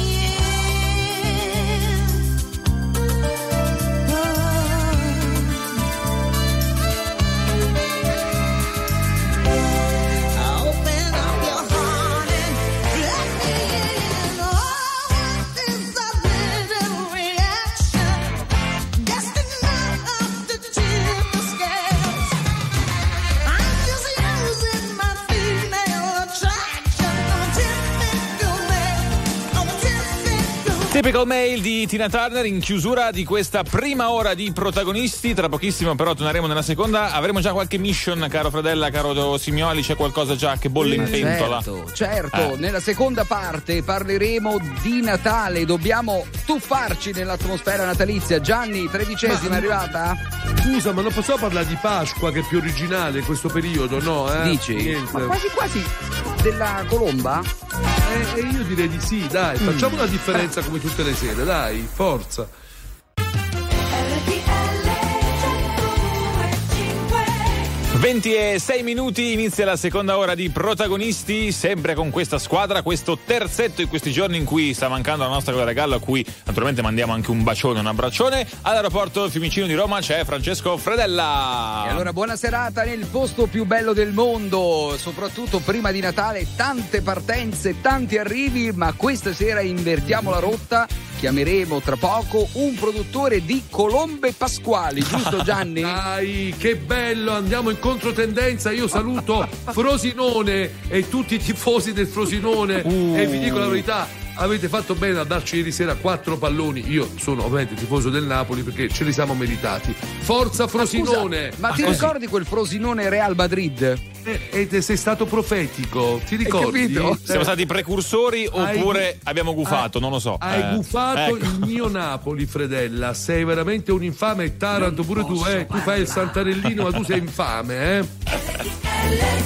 Typical Mail di Tina Turner in chiusura di questa prima ora di Protagonisti. Tra pochissimo però torneremo nella seconda. Avremo già qualche mission, caro Fradella, caro Simioli, c'è qualcosa già che bolle in pentola? Certo, certo. Eh. Nella seconda parte parleremo di Natale, dobbiamo tuffarci nell'atmosfera natalizia. Gianni, tredicesima Ma- è arrivata? Scusa, ma non possiamo parlare di Pasqua, che è più originale in questo periodo, no? Eh? Dici? Niente. Ma quasi quasi della colomba? Eh, io direi di sì, dai, facciamo una differenza come tutte le sere, dai, forza. ventisei minuti, inizia la seconda ora di Protagonisti, sempre con questa squadra, questo terzetto in questi giorni in cui sta mancando la nostra Gloria Gallo, a cui naturalmente mandiamo anche un bacione, un abbraccione. All'aeroporto Fiumicino di Roma c'è Francesco Fradella. E allora buona serata nel posto più bello del mondo, soprattutto prima di Natale, tante partenze, tanti arrivi, ma questa sera invertiamo la rotta, chiameremo tra poco un produttore di colombe pasquali, giusto Gianni? Dai, che bello, andiamo in controtendenza. Io saluto Frosinone e tutti i tifosi del Frosinone Uh. e vi dico la verità, avete fatto bene a darci ieri sera quattro palloni. Io sono ovviamente tifoso del Napoli perché ce li siamo meritati. Forza Frosinone! Ma, scusa, ma ti ricordi quel Frosinone Real Madrid? E eh, sei stato profetico, ti ricordi? capito? Siamo stati precursori oppure Hai- abbiamo gufato, hai- non lo so. Hai Eh, gufato ecco. il mio Napoli, Fredella. Sei veramente un infame, e Taranto pure tu, eh. Tu fai il santarellino, ma tu sei infame, eh.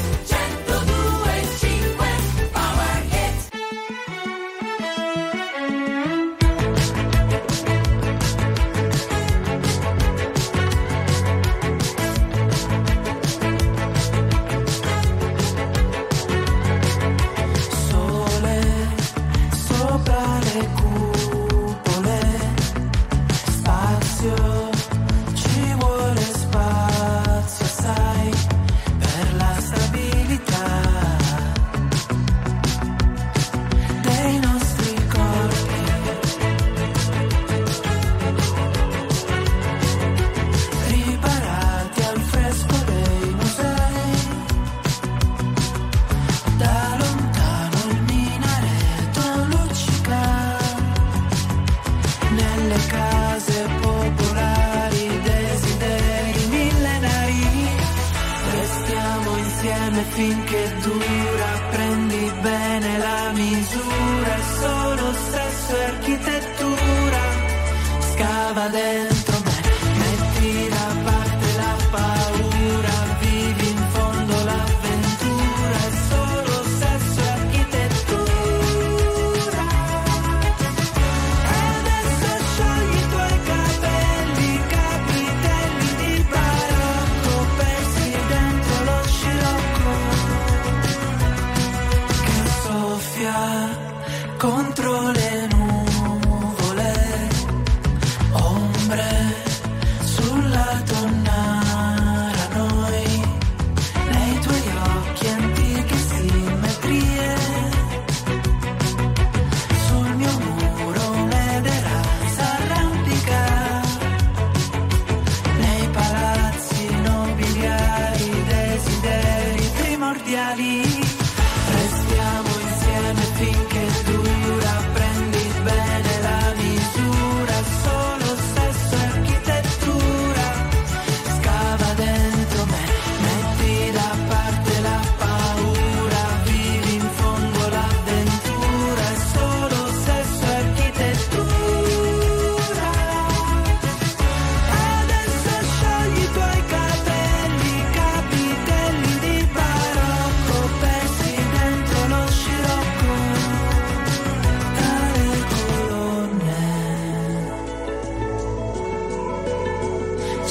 Sole sopra le cupole, spazio, ci vuole spazio, sai, per la stabilità dei nostri corpi. Riparati al fresco dei musei, da lontano il minareto luccica, nelle case popolari desideri millenari. Restiamo insieme finché dura, prendi bene la misura, è solo sesso e architettura, scava dentro me, metti da parte la paura, vivi in fondo l'avventura, è solo sesso e architettura. E adesso sciogli i tuoi capelli, capitelli di barocco, persi dentro lo scirocco che soffia contro le nuvole, ombre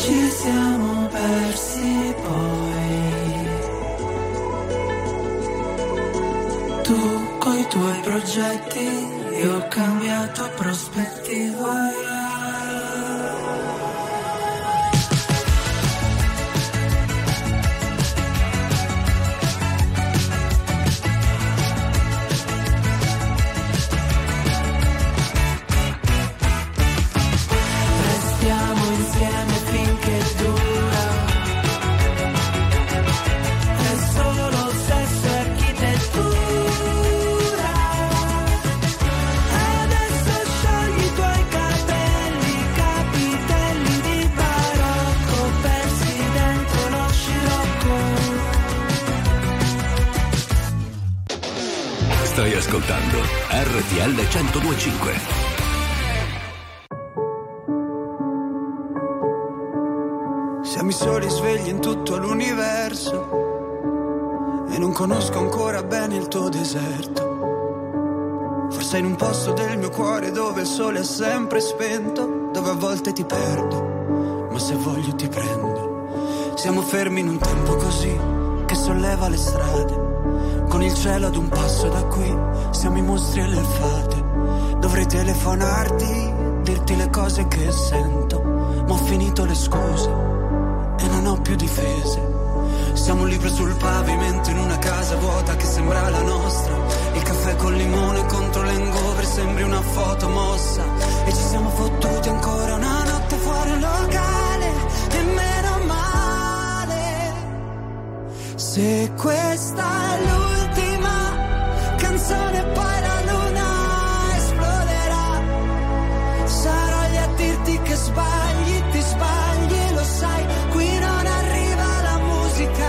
ci siamo persi poi. Tu coi tuoi progetti, io ho cambiato prospettiva. Stai ascoltando R T L centodue e cinque. Siamo i soli svegli in tutto l'universo e non conosco ancora bene il tuo deserto. Forse in un posto del mio cuore dove il sole è sempre spento, dove a volte ti perdo, ma se voglio ti prendo. Siamo fermi in un tempo così che solleva le strade, con il cielo ad un passo da qui, siamo i mostri e le fate. Dovrei telefonarti, dirti le cose che sento, ma ho finito le scuse e non ho più difese. Siamo un libro sul pavimento in una casa vuota che sembra la nostra. Il caffè col limone contro l'hangover sembri una foto mossa. E ci siamo fottuti ancora una notte fuori un locale, e meno male. Se questa è l'ultima canzone poi la luna esploderà, sarò lì a dirti che sbagli, ti sbagli e lo sai, qui non arriva la musica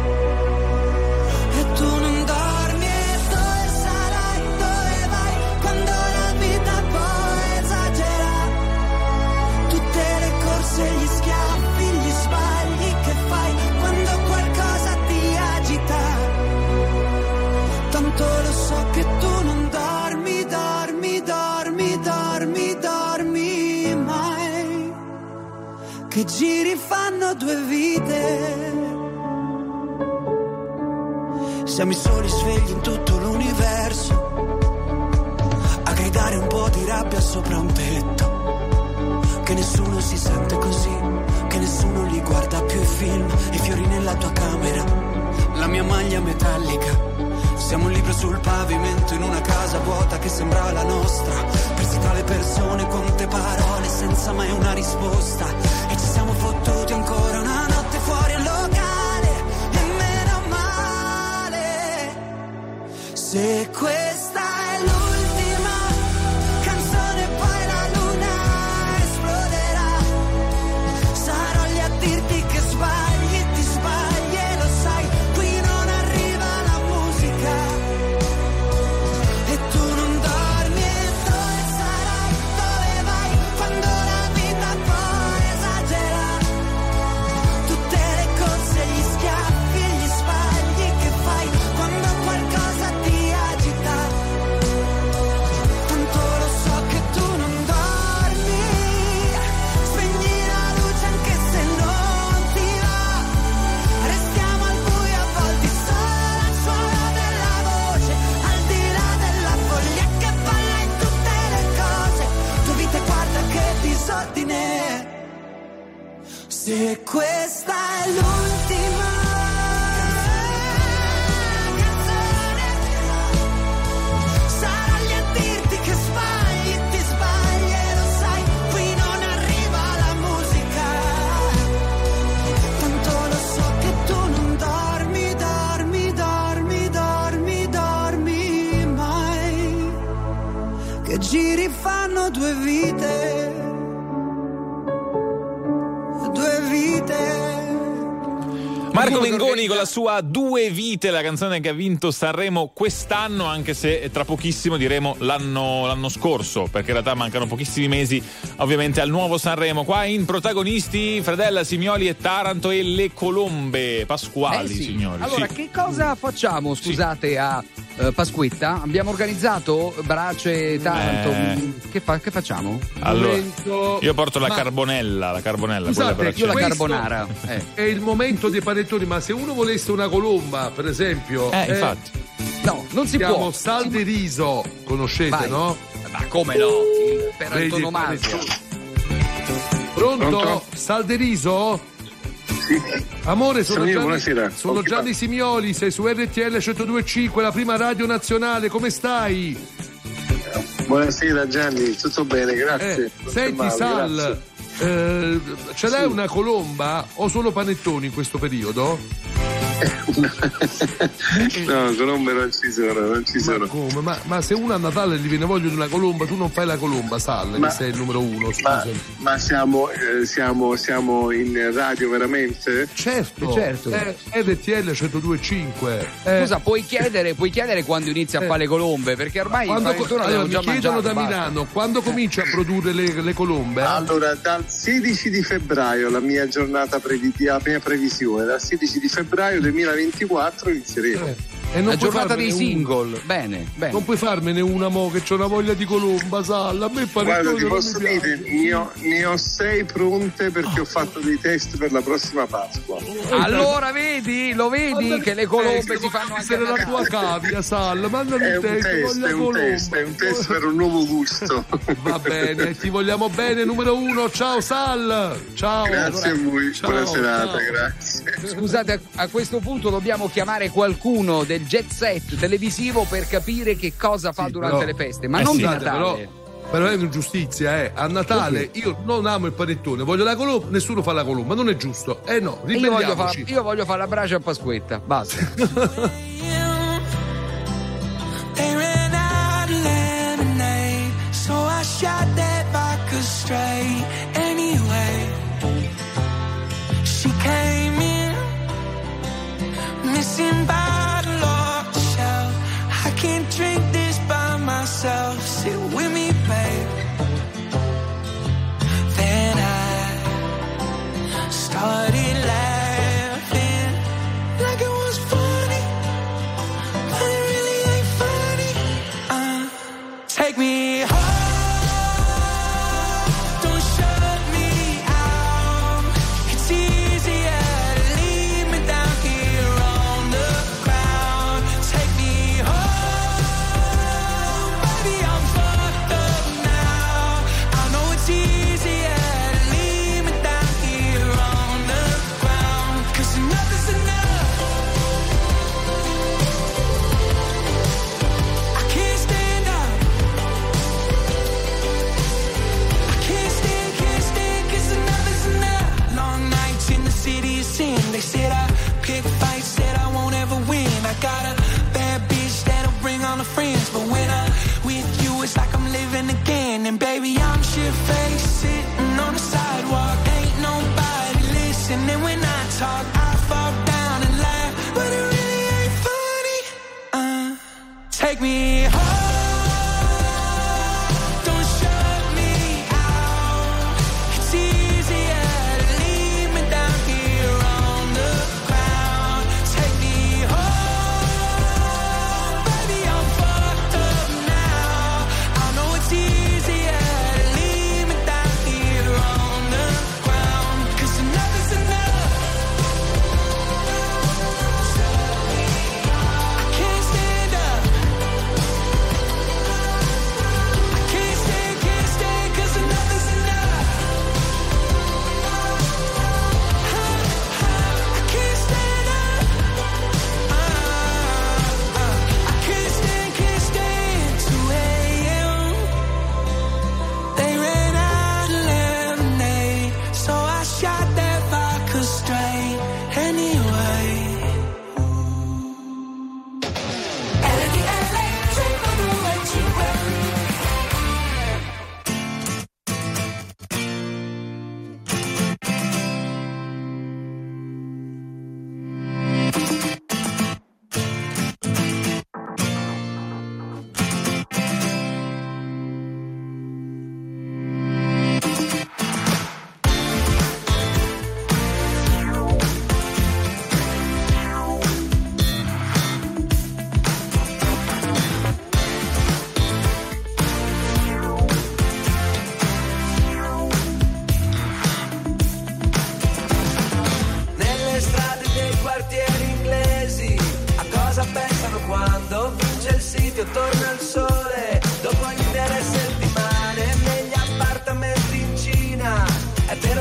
e tu non dormi. E dove sarai, dove vai, quando la vita poi esagera, tutte le corse, gli schiaffi, gli sbagli che fai quando qualcosa ti agita. Tanto lo so che tu non dormi, dormi, dormi, dormi, dormi mai, che giri fanno due vite. Siamo i soli svegli in tutto l'universo, a gridare un po' di rabbia sopra un tetto, che nessuno si sente così, che nessuno li guarda più i film, i fiori nella tua camera, la mia maglia metallica. Siamo un libro sul pavimento in una casa vuota che sembra la nostra, persi tra le persone, quante parole senza mai una risposta. E ci siamo fottuti ancora una notte fuori al locale, e meno male. Se questa è l'ultima canzone poi la luna esploderà, sarò lì a dirti che sbagli, ti sbagli e lo sai, qui non arriva la musica e tu non dormi. E dove sarai, dove vai, quando la vita poi esagera, tutte le corse, gli schiaffi e gli sbagli che fai quando qualcosa ti agita. Tanto lo so che tu non dormi, spegni la luce anche se non ti va, restiamo al buio avvolti solo al suono della voce, al di là della foglia che balla in tutte le cose. Tu vita guarda che disordine, se questa è l'ultima canzone, sarò lì a dirti che sbagli, ti sbagli e lo sai, qui non arriva la musica. Tanto lo so che tu non dormi, dormi, dormi, dormi, dormi mai, che giri fanno due vite, due vite. Marco Mengoni con la sua Due Vite, la canzone che ha vinto Sanremo quest'anno, anche se tra pochissimo diremo l'anno, l'anno scorso, perché in realtà mancano pochissimi mesi ovviamente al nuovo Sanremo. Qua in protagonisti Fredella, Simioli e Taranto e le colombe pasquali, Eh sì. signori. Allora, sì. che cosa facciamo, scusate, a eh, Pasquetta, abbiamo organizzato brace tanto. Eh. Che, fa, che facciamo? Allora, Momento- io porto la Ma- carbonella, la carbonella, Scusate, quella io la per questo carbonara. Eh. È il momento dei panettoni, ma se uno volesse una colomba, per esempio, Eh, infatti. No, non si siamo può. sal di riso, conoscete, Vai. no? Ma come no? Il- Per Vedi il antonomasia. panettone. Pronto? Pronto? Sal di riso? Sì. Amore, sono, Sono io, Gianni, buonasera. sono Con chi Gianni Simioli, sei su R T L centodue e cinque, la prima radio nazionale, come stai? Buonasera Gianni, tutto bene, grazie. Eh, Non senti c'è male, Sal, grazie. eh, ce l'hai Sì. una colomba o solo panettoni in questo periodo? No, colombe non ci sono, non ci Ma sono. come? Ma, ma se uno a Natale gli viene voglia di una colomba, tu non fai la colomba, Sal, Ma- che sei il numero uno, Ma, scusa. ma siamo, eh, siamo, siamo in radio veramente? Certo, Certo. Eh, R T L centodue e cinque. Eh, Scusa, puoi chiedere, puoi chiedere quando inizia a Eh. fare le colombe? Perché ormai il quando, panettone allora, l'abbiamo mi già chiedono mangiato, da basta. Milano, quando cominci a produrre le, le colombe? Allora, dal sedici di febbraio, la mia giornata previ- la mia previsione, dal sedici di febbraio duemilaventiquattro inizieremo. Eh, e non La puoi giornata farmene dei una. single. Bene, bene. Non puoi farmene una mo che c'ho una voglia di colomba, Sal. A me il Guarda, panettone ti non posso mi piace. dire, ne ho, ne ho sei pronte perché ho fatto dei test per la prossima Pasqua. Allora vedi, lo vedi che le colombe si fanno anche essere a la tua Natale. cavia, Sal. Mandami È il un test, test, voglio è un colomba. test, è un test per un nuovo gusto. Va bene, ti vogliamo bene, numero uno. Ciao Sal. Ciao. Grazie a voi, Ciao, buona serata, ciao. grazie. Scusate, a- a questo punto dobbiamo chiamare qualcuno del jet set televisivo per capire che cosa fa Sì, durante però- le feste, ma eh non sì, di scusate, Natale. Però, però è un'ingiustizia, eh. A Natale io non amo il panettone, voglio la colomba, nessuno fa la colomba, non è giusto. Eh no, E io voglio, fa- ribelliamoci. io voglio fare la brace a Pasquetta, basta. They ran out of lemonade, so I shot that vodka straight. Anyway, she came in, missing bottle off the shelf. I can't drink this by myself. Sit with me, babe. Then I started laughing like it was funny.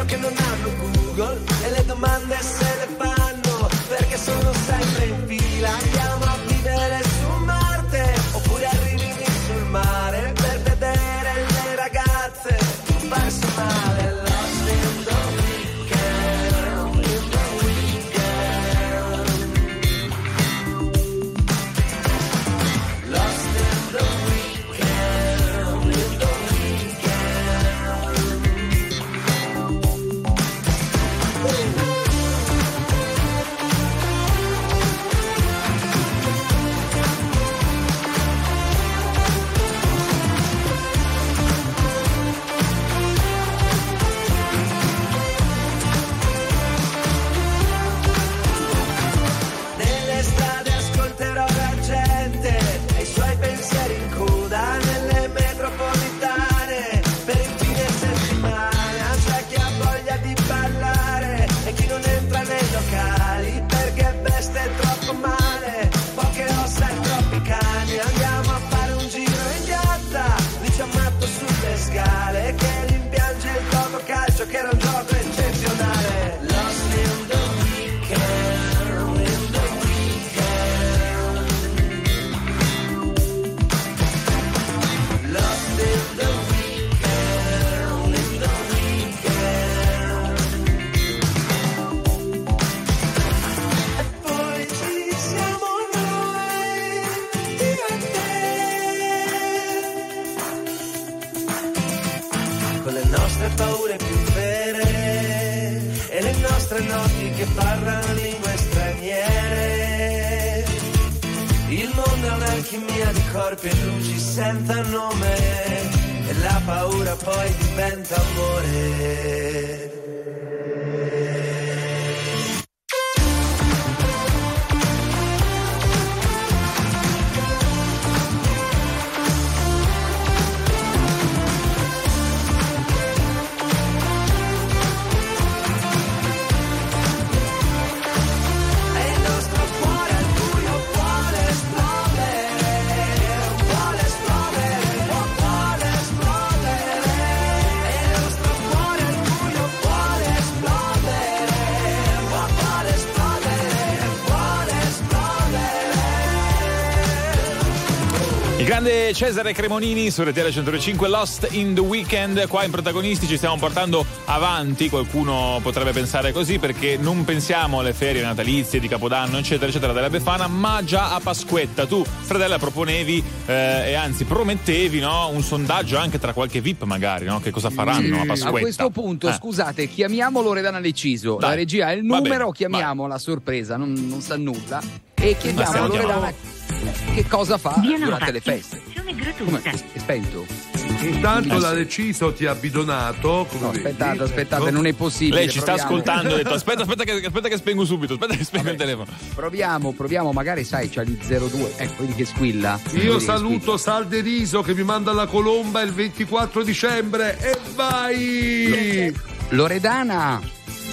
che non hanno Google e le domande se le fanno perché sono sempre in fila. Andiamo a vivere su Marte oppure arrivi sul mare per vedere le ragazze farsi male. Lost in the weekend, in the weekend. Lost in the weekend, in the nelle strade ascolterò la gente e i suoi pensieri in coda nelle metropolitane per il fine settimana. C'è chi ha voglia di ballare e chi non entra nei locali perché veste troppo male, poche ossa e troppi cani. Andiamo a fare un giro in piazza, lì c'è un matto sulle scale che rimpiange il gioco calcio che era un gioco eccezionale. Lost in the weekend, in the weekend. Lost in the weekend, in the weekend. E poi ci siamo noi, io e te, con le nostre paure più vere e le nostre notti che parlano lingue straniere. Il mondo è un'alchimia di corpi e luci senza nome e la paura poi diventa amore. E il nostro cuore al buio vuole esplodere, vuole esplodere, vuole esplodere. E il nostro cuore al buio vuole esplodere, vuole esplodere, vuole esplodere. Il grande Cesare Cremonini su R T L centodue e cinque, Lost in the Weekend. Qua in Protagonisti ci stiamo portando avanti, qualcuno potrebbe pensare così, perché non pensiamo alle ferie natalizie di Capodanno eccetera eccetera della Befana, ma già a Pasquetta. Tu, Fredella, proponevi eh, e anzi promettevi, no, un sondaggio anche tra qualche V I P magari, no? Che cosa faranno Sì. a Pasquetta. A questo punto, Eh. scusate, chiamiamo Loredana Deciso. Dai. La regia ha il Va numero, bene, chiamiamo la sorpresa, non, non sa nulla. E chiediamo a stiamo Loredana che cosa fa Via durante nota, le feste. istruzione Come? gratuita. È spento? Intanto Eh, la sì. Deciso ti ha bidonato. Come No, vedi. aspettate, aspettate, Ecco. non è possibile. Lei ci sta proviamo. ascoltando, ha detto aspetta, aspetta che, aspetta che spengo subito, aspetta che spengo il telefono. Proviamo, proviamo, magari sai, c'ha gli zero due. Ecco, vedi che squilla. Io Vedi che saluto Salderiso che mi manda la colomba il ventiquattro dicembre e vai! squilla. Loredana!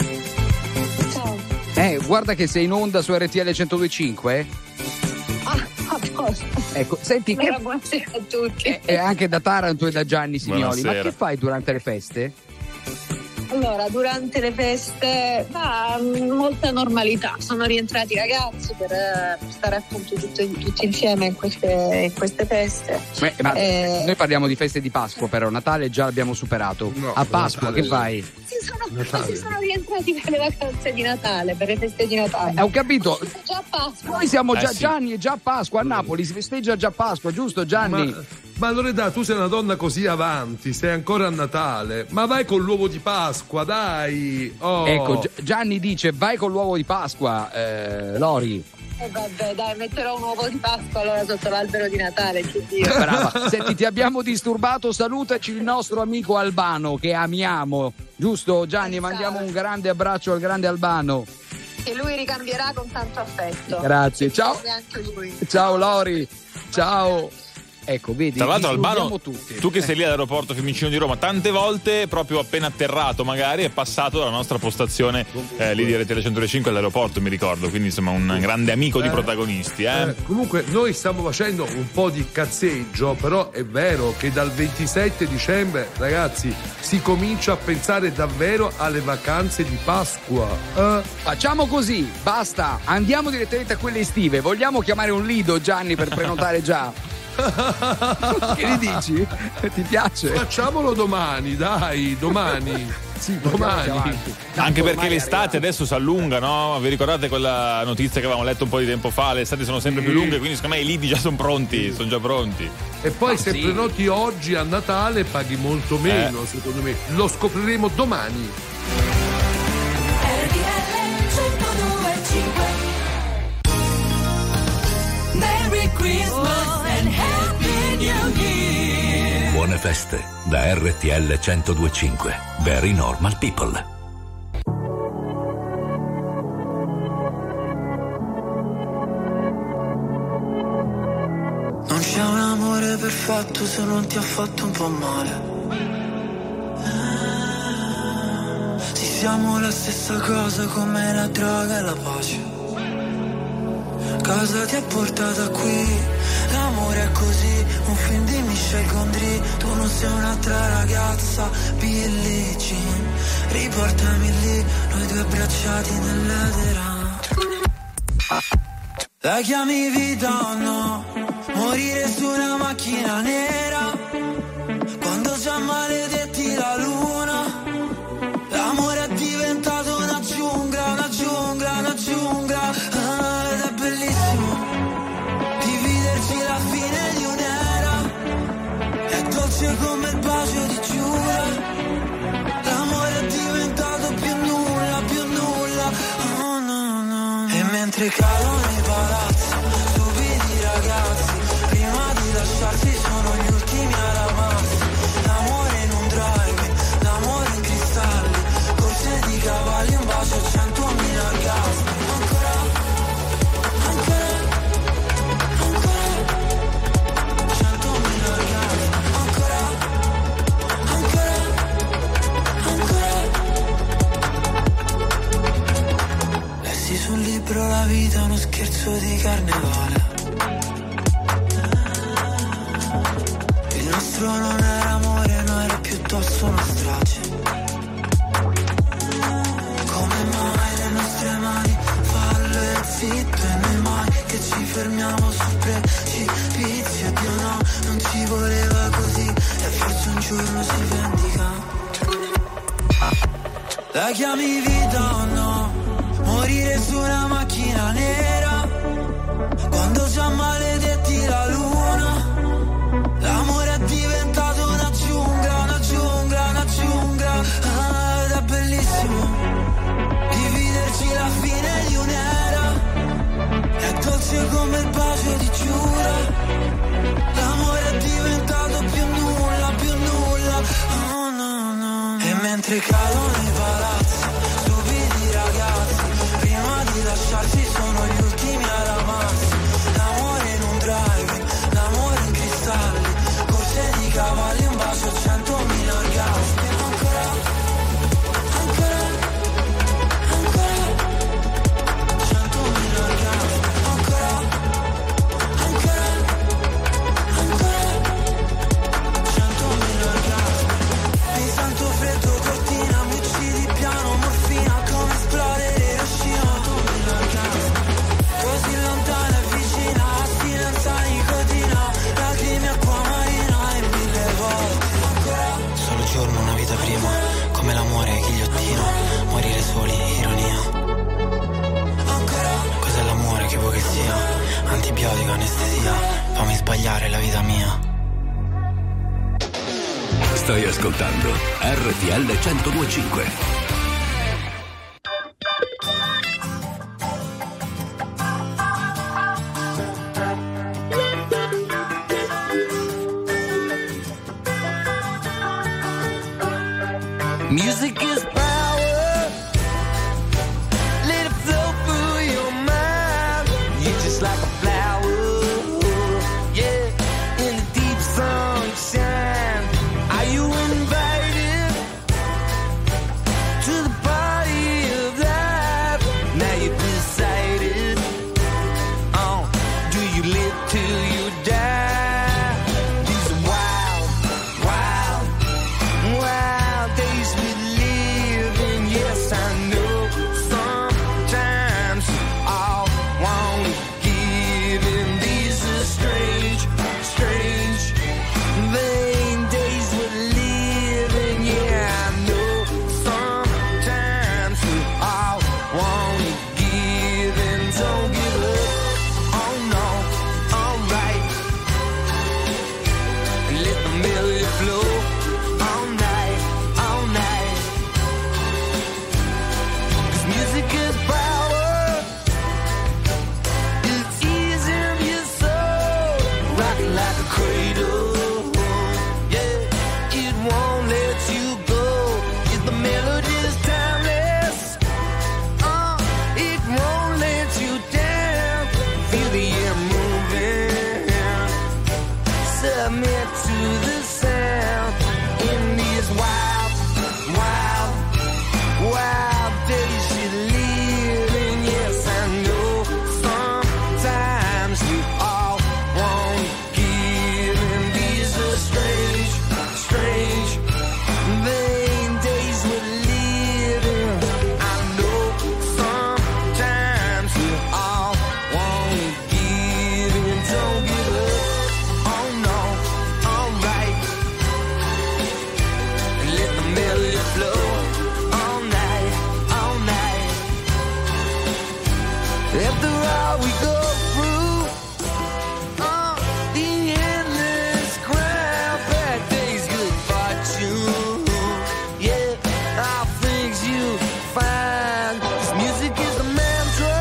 Eh, guarda che sei in onda su R T L centodue e cinque. Ah, a posto. Ecco, senti che. Allora, buonasera a tutti. E anche da Taranto e da Gianni Signoli. Ma Buonasera. che fai durante le feste? Allora, durante le feste, ah, molta normalità. Sono rientrati i ragazzi per eh, stare appunto tutti, tutti insieme in queste, in queste feste. Beh, ma Eh, noi parliamo di feste di Pasqua, però Natale già l'abbiamo superato. No, A Pasqua Natale- che fai? si sono, Natale. si sono rientrati per le vacanze di Natale, per le feste di Natale. Eh, ho capito. Già a Pasqua. Noi siamo Eh, già sì. Gianni, è già Pasqua a Napoli, si festeggia già Pasqua, giusto Gianni? Ma, ma Loredana, tu sei una donna così avanti, sei ancora a Natale, ma vai con l'uovo di Pasqua, dai! Oh. Ecco, Gi- Gianni dice vai con l'uovo di Pasqua, eh, Lori. Eh, vabbè, dai, metterò un uovo di Pasqua allora sotto l'albero di Natale, che Dio. Brava. Senti, ti abbiamo disturbato, salutaci il nostro amico Albano che amiamo, giusto Gianni? Mandiamo un grande abbraccio al grande Albano. Che lui ricambierà con tanto affetto. Grazie, ciao. E anche lui. Ciao Lori, ciao. Ecco, vedi, tra l'altro disturbiamo Albano, tutti. tu che sei lì all'aeroporto Fiumicino di Roma, tante volte proprio appena atterrato magari è passato dalla nostra postazione eh, lì di R T L centocinque all'aeroporto, mi ricordo, quindi insomma un grande amico di Eh, protagonisti. Eh. Eh, comunque noi stiamo facendo un po' di cazzeggio, però è vero che dal ventisette dicembre, ragazzi, si comincia a pensare davvero alle vacanze di Pasqua. Eh? Facciamo così, basta, andiamo direttamente a quelle estive. Vogliamo chiamare un Lido, Gianni, per prenotare già? Che ne dici? Ti piace? Facciamolo domani, dai, domani. Sì, domani. Anche perché ormai l'estate adesso si allunga, no? Vi ricordate quella notizia che avevamo letto un po' di tempo fa? Le estati sono sempre Sì. più lunghe, quindi secondo me i lidi già sono pronti, sono già pronti. E poi Ma se sì. prenoti oggi a Natale paghi molto meno, Eh. secondo me. Lo scopriremo domani. Merry Christmas and Happy New Year. Buone feste da R T L centodue e cinque. Very Normal People. Non c'è un amore perfetto se non ti ha fatto un po' male. Sì, siamo la stessa cosa come la droga e la pace. Cosa ti ha portato qui? L'amore è così, un film di Michel Gondry. Tu non sei un'altra ragazza, Billie Jean. Riportami lì, noi due abbracciati nell'edera. La chiami vita o no? Morire su una macchina nera quando già maledetti la luna. L'amore è diventato una giungla, una giungla, una giungla. Ah, ed è bellissimo dividerci la fine di un'era. È dolce come il bacio di Giura. L'amore è diventato più nulla, più nulla. Oh no, no. E mentre cadono i palazzi, stupidi ragazzi, prima di lasciarsi sono gli ultimi a ramarsi. L'amore in un drive, l'amore in cristalli, corse di cavalli, un bacio a centomila orgasmi. Ancora, ancora, ancora, centomila orgasmi. Ancora, ancora, ancora. Lessi sul libro La vita è uno scherzo di carnevale. Il nostro non era amore, no, era piuttosto una strage. Come mai le nostre mani fallo e zitto, e noi mai che ci fermiamo sul precipizio. Dio no, non ci voleva così, e forse un giorno si vendica. La chiami vita o no? Morire su una macchina nera quando già maledetti la luna. L'amore è diventato una giungla, una giungla, una giungla. Ah, ed è bellissimo dividerci la fine di un'era. È dolce come il bacio di Giura. L'amore è diventato più nulla, più nulla. Oh no, no. E mentre cadono i palazzi, stupidi ragazzi, prima di lasciarsi sono gli ultimi a ramarsi. L'amore in un drive, l'amore in cristalli, corse di cavalli, un bacio a centomila orgasmi. Ancora, ancora, ancora, centomila orgasmi. Ancora, ancora, ancora, centomila orgasmi. Mi sento freddo, cortina, mi uccidi piano, morfina, come esplodere Hiroshima. Centomila orgasmi. Così lontana e vicina, astinenza, nicotina, lacrime, acqua marina e mille volte. Ancora. Solo giorno, una vita prima, come l'amore, ghigliottina, morire soli, ironia. Ancora. Cos'è l'amore, che vuoi che sia? Antibiotico, anestesia, fammi sbagliare la vita mia. Stai ascoltando R T L centodue e cinque. Music is power. Let it flow through your mind. You're just like a flower. Yeah, in the deep After all we go through, uh, the endless crowd, bad days, good fortune. Yeah, all things you find. This music is the mantra,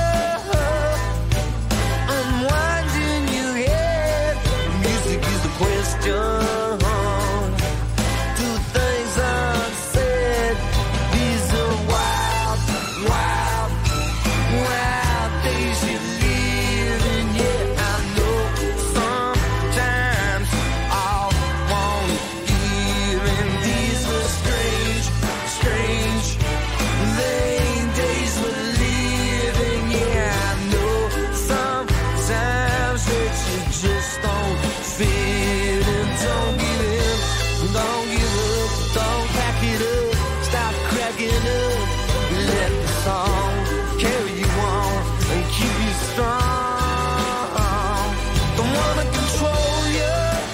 unwinding your head. Music is the question. Two things unsaid. These are wild, wild, wild days you live in. Yeah, I know sometimes all want hearing. These were strange, strange, lame days we're living. Yeah, I know sometimes that you just don't fit in. Don't give in, don't give up, don't pack it up, stop cracking up. Let the song carry you on and keep you strong. Don't wanna control you.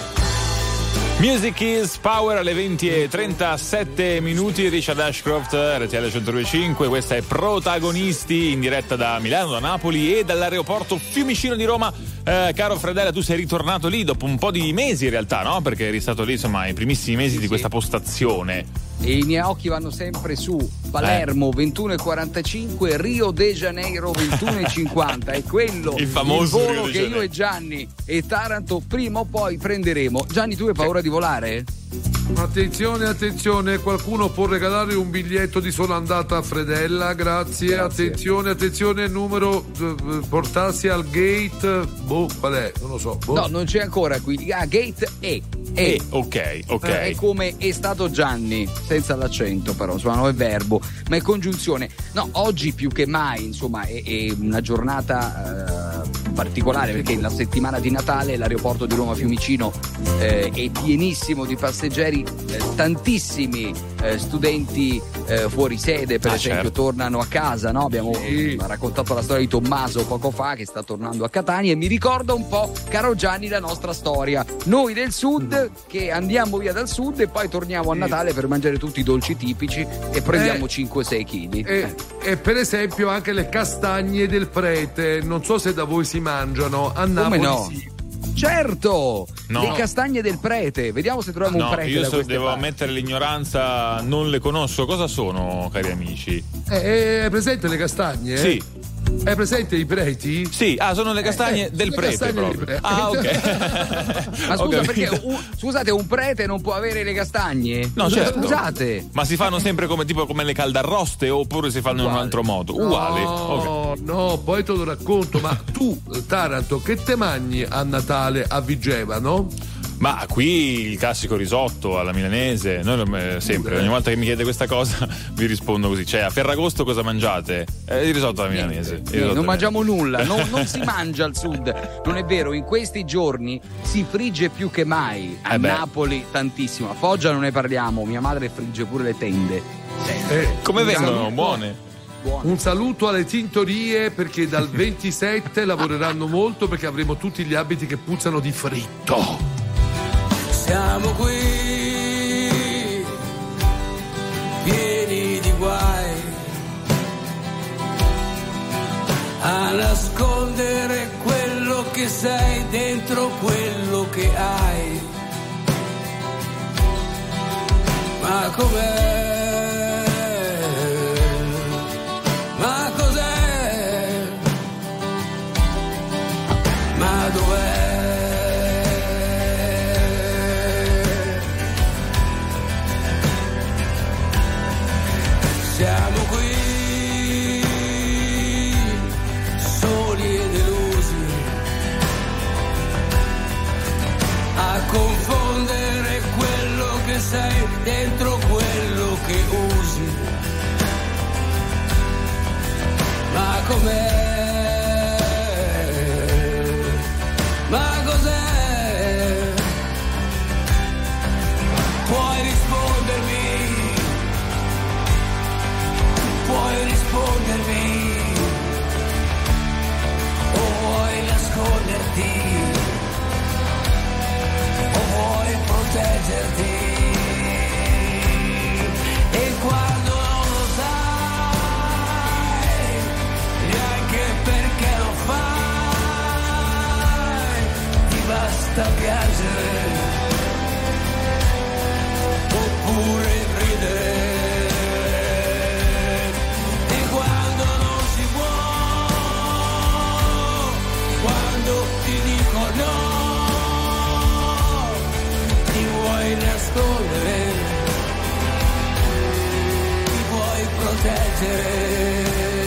Music is Power alle venti e trentasette minuti. Richard Ashcroft, R T L centodue e cinque. Questa è Protagonisti, in diretta da Milano, da Napoli e dall'aeroporto Fiumicino di Roma. Eh, caro Fredella, tu sei ritornato lì dopo un po' di mesi in realtà, no? Perché eri stato lì insomma i primissimi mesi di questa postazione. E i miei occhi vanno sempre su Palermo Eh. ventuno e quarantacinque, Rio de Janeiro ventuno e cinquanta. È quello Il famoso il Rio volo de che Janeiro. io e Gianni e Taranto prima o poi prenderemo. Gianni, tu hai paura di volare? Attenzione, attenzione, qualcuno può regalare un biglietto di sola andata a Fredella, grazie. Grazie. Attenzione, attenzione, numero, eh, portarsi al gate, boh, qual è? Non lo so. Boh. No, non c'è ancora qui. Ah, gate E. E, ok, ok. Eh, è come è stato Gianni, senza l'accento però, insomma non è verbo, ma è congiunzione. No, oggi più che mai, insomma, è, è una giornata eh, particolare perché la settimana di Natale l'aeroporto di Roma Fiumicino eh, è pienissimo di passeggeri, eh, tantissimi eh, studenti eh, fuori sede per Ah, esempio certo. tornano a casa, no? Abbiamo Sì. raccontato la storia di Tommaso poco fa che sta tornando a Catania e mi ricorda un po', caro Gianni, la nostra storia. Noi del sud che andiamo via dal sud e poi torniamo a Natale per mangiare tutti i dolci tipici e prendiamo Eh. cinque sei chili. E, e per esempio anche le castagne del prete, non so se da voi si mangiano, a Come Napoli no? sì. Certo, No. le castagne del prete. Vediamo se troviamo un No, prete io da so- queste devo parti. ammettere l'ignoranza, non le conosco. Cosa sono, cari amici? Eh, È presente le castagne? Sì. È presente i preti? Sì, ah, sono le castagne Eh, del le prete castagne proprio. del prete. Ah, ok. Ma Ho scusa, capito. perché un- scusate, un prete non può avere le castagne? No, certo. Scusate. Ma si fanno sempre come tipo come le caldarroste oppure si fanno in un Uguale. altro modo? Uguali. No, Ok. no, poi te lo racconto, ma tu, Taranto, che te mangi a Natale a Vigevano? Ma qui il classico risotto alla milanese, noi lo- eh, sempre, ogni volta che mi chiede questa cosa vi rispondo così. Cioè, a Ferragosto cosa mangiate? Eh, il risotto alla milanese. Il Eh, risotto non alla mangiamo nulla, non, non si mangia al sud. Non è vero, in questi giorni si frigge più che mai. A Eh beh. Napoli tantissimo, a Foggia non ne parliamo, mia madre frigge pure le tende. Eh, Come un vengono? saluto- Buone? Un saluto alle tintorie perché dal ventisette lavoreranno molto perché avremo tutti gli abiti che puzzano di fritto. Siamo qui, pieni di guai, a nascondere quello che sei dentro quello che hai. Ma com'è? Ma cos'è? Ma dov'è? Siamo qui, soli e delusi, a confondere quello che sei dentro quello che usi. Ma com'è? Ma cos'è? Puoi rispondermi? Puoi rispondermi o vuoi nasconderti o vuoi proteggerti e quando non lo sai neanche perché piangere.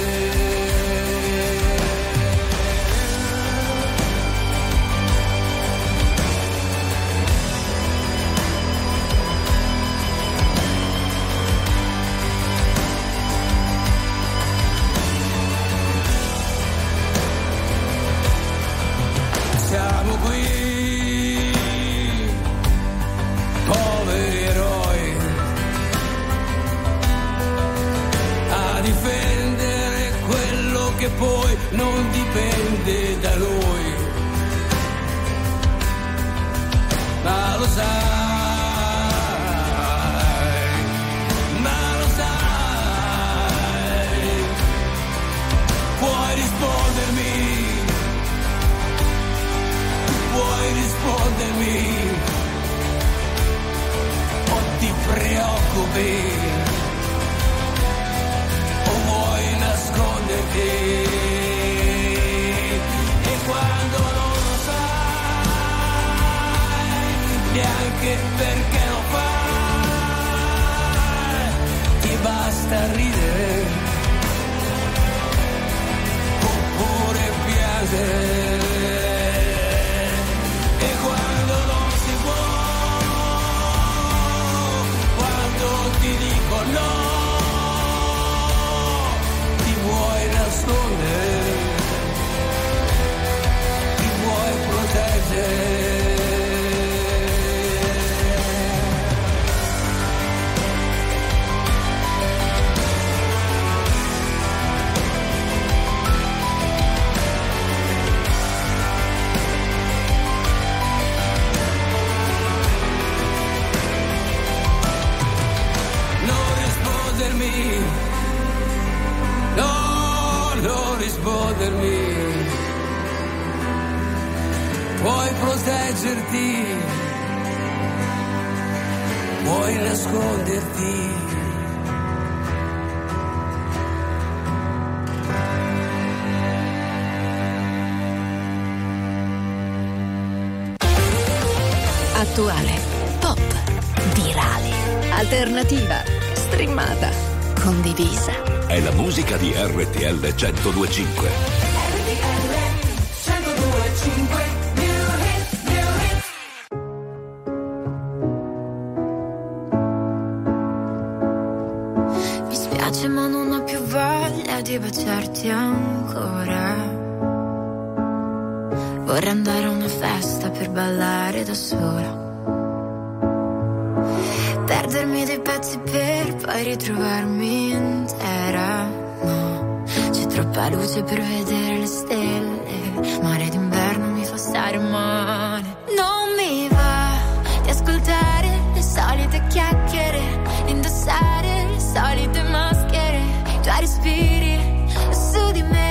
Siamo qui, poveri eroi, a difendere quello che poi non dipende da noi. Ma lo sai, ma lo sai, puoi rispondermi. Puoi rispondermi o ti preoccupi o vuoi nasconderti e quando non lo sai neanche perché lo fai ti basta ridere oppure piangere. Ti dico no, ti vuoi nascondere, ti vuoi proteggere. No, non rispondermi, puoi proteggerti, puoi nasconderti. Attuale, pop, virale, alternativa, streamata, condivisa. È la musica di R T L centodue e cinque. Mi spiace ma non ho più voglia di baciarti ancora. Vorrei andare a una festa per ballare da sola, perdermi dei pezzi per poi ritrovarmi intera. No, c'è troppa luce per vedere le stelle, mare d'inverno mi fa stare male. Non mi va di ascoltare le solite chiacchiere, indossare le solite maschere, i tuoi respiri su di me.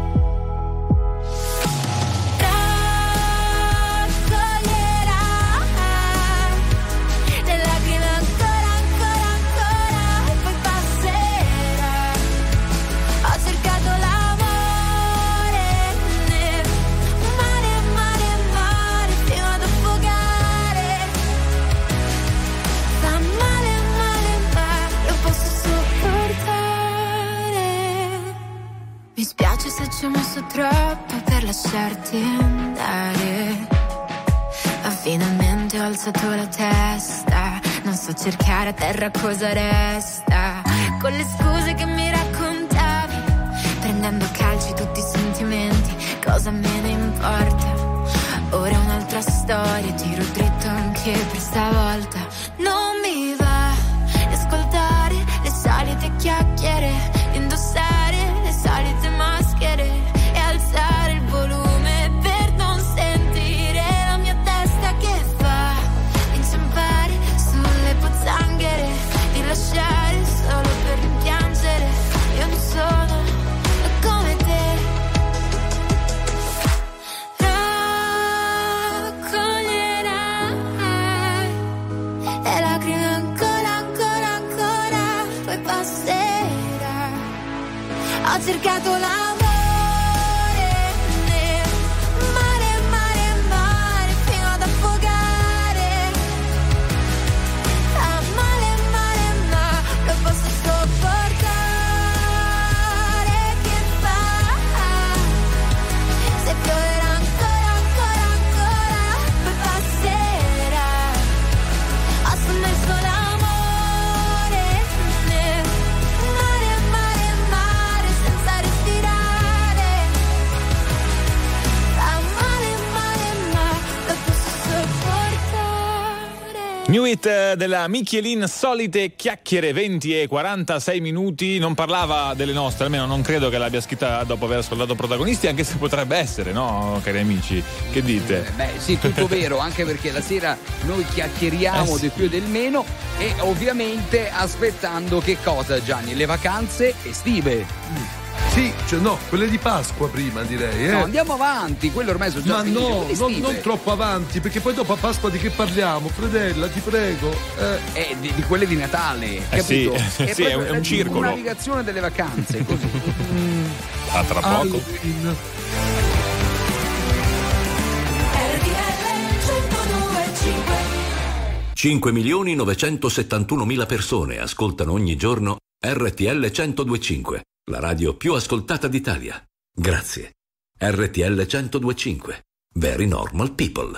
Se ci ho messo troppo per lasciarti andare, ma finalmente ho alzato la testa. Non so cercare a terra cosa resta, con le scuse che mi raccontavi, prendendo a calci tutti i sentimenti. Cosa me ne importa? Ora è un'altra storia, tiro dritto anche per stavolta. Non mi va di ascoltare le solite chiacchiere, indossare le solite maschere e alzare il volume per non sentire la mia testa che fa inciampare sulle pozzanghere, di lasciare solo per rimpiangere. Io non sono come te. Raccoglierai le lacrime ancora, ancora, ancora, poi passerà. Ho cercato l'amore nel mare, mare, mare, fino ad affogare. Ah, male, male, ma lo posso sopportare. New hit della Michelin, solite chiacchiere, venti e quarantasei minuti. Non parlava delle nostre, almeno non credo che l'abbia scritta dopo aver ascoltato Protagonisti, anche se potrebbe essere, no, cari amici? Che dite? Eh, beh, sì, tutto vero, anche perché la sera noi chiacchieriamo Eh, sì. del più e del meno, e ovviamente aspettando che cosa, Gianni? Le vacanze estive. Sì, cioè no, quelle di Pasqua prima, direi. Eh. No, andiamo avanti, quello ormai sono già Ma finite, no, quelle non, estive. non troppo avanti, perché poi dopo a Pasqua di che parliamo? Fredella, ti prego. Eh, Eh, di, di quelle di Natale, Eh, capito? sì, È sì, è proprio un- è un la circolo. navigazione delle vacanze, così. A tra poco. Halloween. cinque milioni novecentosettantunomila persone ascoltano ogni giorno R T L centodue e cinque, la radio più ascoltata d'Italia. Grazie. R T L centodue e cinque. Very normal people.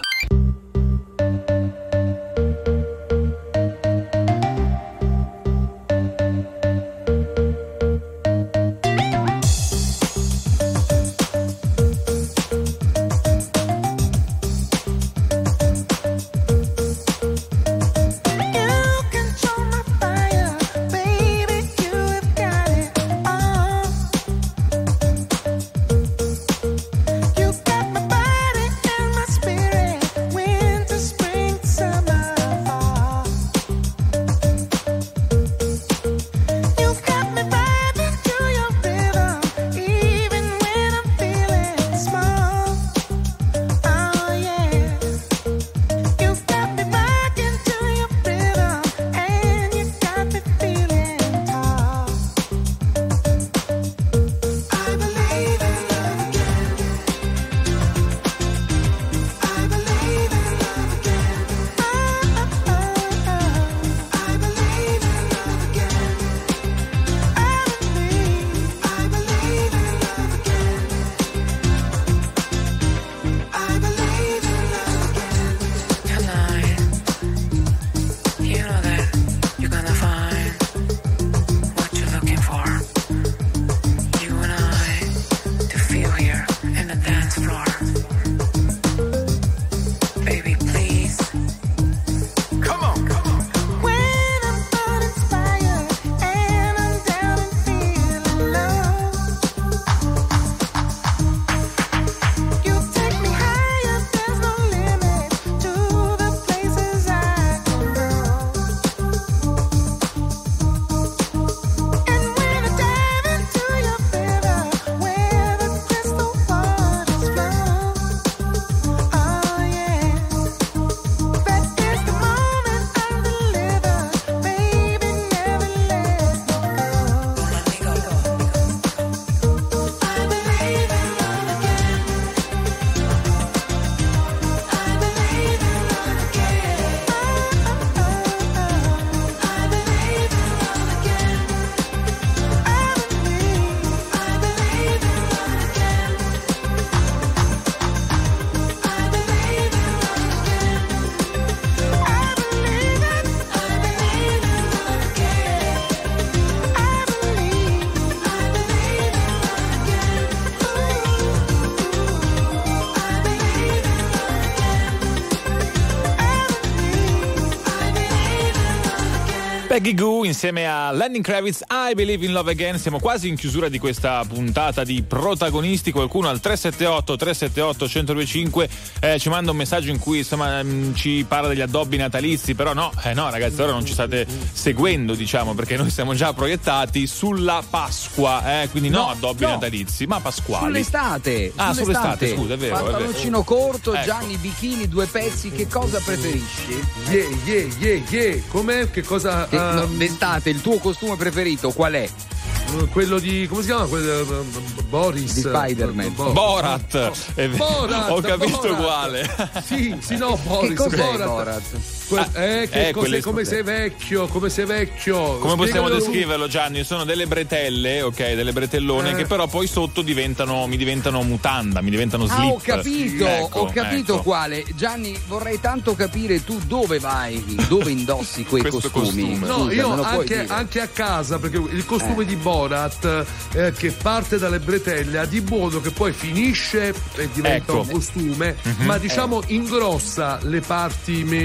Peggy Goo insieme a Lenny Kravitz, I Believe in Love Again. Siamo quasi in chiusura di questa puntata di Protagonisti. Qualcuno al tre sette otto tre sette otto uno zero due cinque eh, ci manda un messaggio in cui insomma mh, ci parla degli addobbi natalizi, però no, eh no ragazzi, ora non ci state seguendo, diciamo, perché noi siamo già proiettati sulla Pasqua, eh, quindi no, No, addobbi no. natalizi, ma pasquali. Sull'estate. Ah, sull'estate, scusa, è vero, è vero. Pantaloncino corto, Ecco. Gianni, bikini, due pezzi, che cosa preferisci? Yeah, yeah, yeah, yeah. Com'è? Che cosa? Che- no, ehm, d'estate, il tuo costume preferito qual è? quello di. Come si chiama? Quello, eh, Boris. Di Spider-Man. Bo- Borat. È vero. Borat, Ho capito Borat. uguale. Sì, sì, no, Boris. Che cos'è Borat. Borat? Que- Ah, eh, che eh, cos'è, quelle- come sei vecchio, come sei vecchio. Come possiamo Spiegamelo tu. descriverlo, Gianni? Sono delle bretelle, ok, delle bretellone Eh. che però poi sotto diventano, mi diventano mutanda, mi diventano slip. Ah, ho capito, Ecco, ho capito ecco. quale. Gianni, vorrei tanto capire tu dove vai, dove indossi quei Questo costumi. costume. No, Scusa, io me lo puoi anche, dire? anche a casa, perché il costume Eh. di Borat eh, che parte dalle bretelle ha di buono che poi finisce e diventa Ecco. un costume, Mhm. ma diciamo ingrossa le parti meno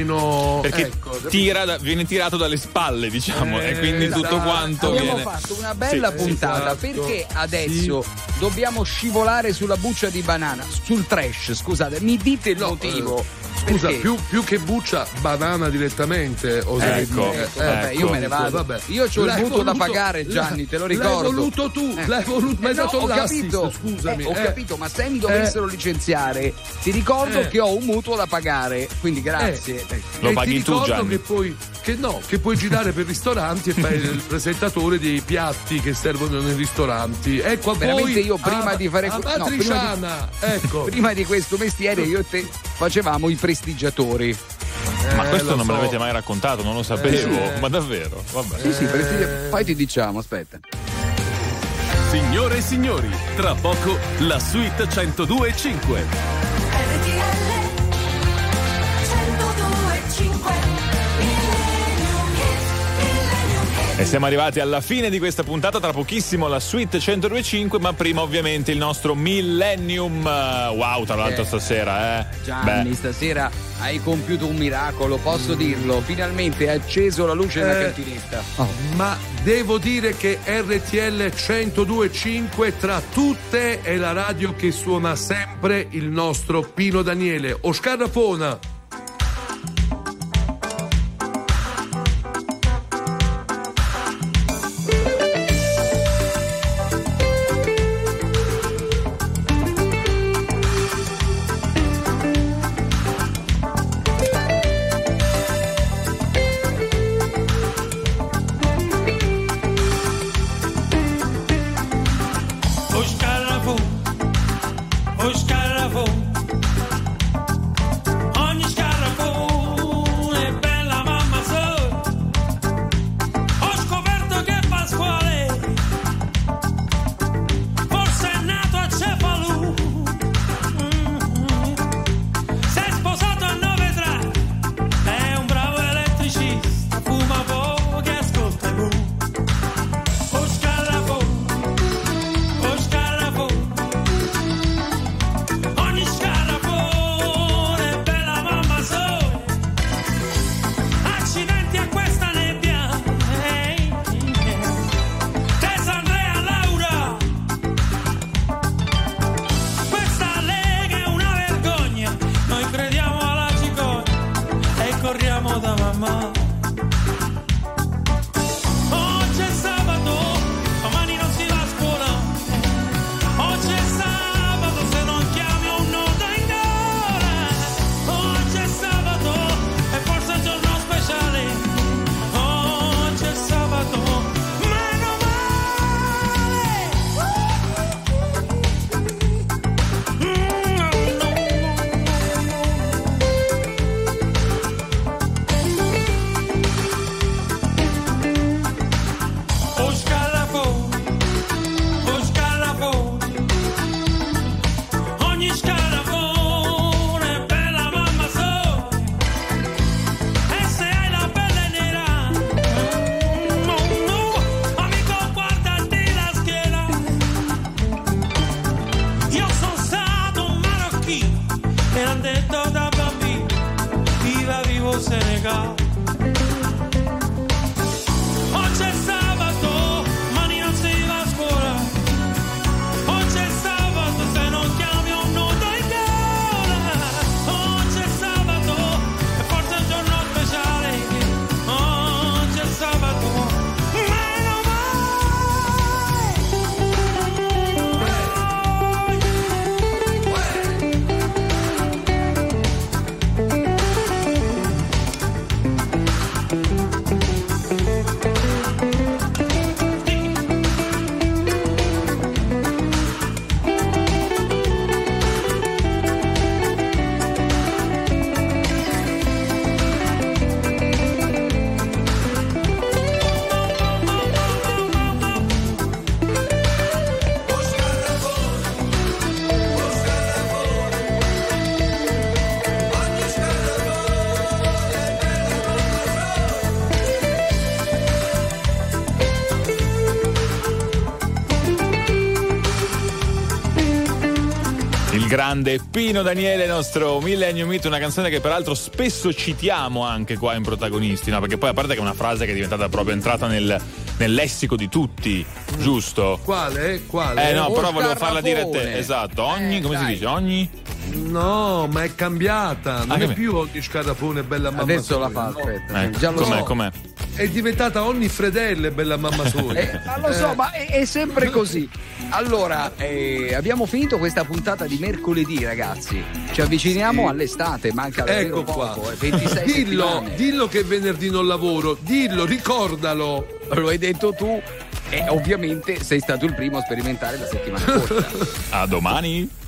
ecco, perché ecco, tira da- viene tirato dalle spalle, diciamo, Eh, e quindi tutto esatto. quanto Abbiamo viene. fatto una bella Sì, puntata, esatto. perché adesso dobbiamo scivolare sulla buccia di banana, sul trash, scusate, mi dite il No, motivo? Scusa, Perché? più, più che buccia, banana direttamente. Oserei Ecco, dire. ecco, vabbè, io me ne vado. Vabbè. Io c'ho il L'hai mutuo da voluto- pagare, Gianni, te lo l'hai ricordo. voluto tu, Eh. l'hai voluto, mi hai Eh no, dato ho l'assist, capito, scusami. eh, ho eh. capito, ma se mi dovessero licenziare, ti ricordo Eh. che ho un mutuo da pagare, quindi grazie. Lo e paghi ti tu, ricordo Gianni. che puoi, che no, che puoi girare per ristoranti e fare il presentatore dei piatti che servono nei ristoranti. Ecco a Veramente voi, io prima a- di fare a que- no, prima di- Matriciana, ecco. Prima di questo mestiere io e te facevamo i prestigiatori. Ma Eh, questo lo non me so. l'avete mai raccontato, non lo sapevo. Eh. Ma davvero? Vabbè. Sì, sì, prestigia- poi ti diciamo, aspetta. Signore e signori, tra poco la suite centodue e cinque. E siamo arrivati alla fine di questa puntata, tra pochissimo la suite centodue e cinque, ma prima ovviamente il nostro Millennium. Wow, tra l'altro Eh. stasera, eh. Gianni, Beh. stasera hai compiuto un miracolo, posso dirlo. Finalmente hai acceso la luce nella Eh, cantinetta. Oh. Ma devo dire che R T L centodue e cinque tra tutte è la radio che suona sempre il nostro Pino Daniele. Oscar Rafona. O scarafo, o scarafo, ogni scarafo è bella mamma sola. Ho scoperto che Pasquale forse è nato a Cefalù. Si è sposato a nove tre, è un bravo elettricista, fuma poco e ascolta i blu. O scarafo, o scarafo, ogni scarafo è bella mamma sola. Accidenti a questa nebbia, ehi, Tessa Andrea Laura, questa lega è una vergogna. Noi crediamo alla cicogna e corriamo da mamma. Oggi è sabato, domani non si va a scuola. Oggi è sabato, se non chiami un nodo in gola. Oggi è sabato, e forse è un giorno speciale. Oggi è sabato, meno O scalafo, o scalafo, ogni scalafone è bella mamma sola. E se hai la pelle nera, no, no, amico guardati la schiena. Io sono stato un marocchino e l'han detto da bambino, viva vivo Senegal. Oggi è sabato, mani non si va a scuola. Oggi è sabato, se non chiami un nudo in gola. Oggi è sabato, e forse è un giorno speciale. Oggi è sabato, meno grande Pino Daniele, nostro Millennium Hit, una canzone che peraltro spesso citiamo anche qua in Protagonisti, no? Perché poi a parte che è una frase che è diventata proprio entrata nel, nel lessico di tutti, giusto? Quale? Quale? Eh no, O però volevo farla dire a Scarafone. te, esatto, ogni, Eh, come dai. si dice, ogni... No, ma è cambiata, non Ah, è che- più ogni scarafone bella mamma Adesso la Soglia, fa, no. aspetta. Eh, Già lo com'è, so. com'è? È diventata ogni fredelle bella mamma Soglia. Eh, ma lo so, ma è, è sempre così. Allora, eh, abbiamo finito questa puntata di mercoledì, ragazzi. Ci avviciniamo Sì. all'estate, manca davvero Ecco qua. poco, eh, ventisei Dillo, settimane. dillo che venerdì non lavoro, dillo, ricordalo. Lo hai detto tu e ovviamente sei stato il primo a sperimentare la settimana corta. A domani.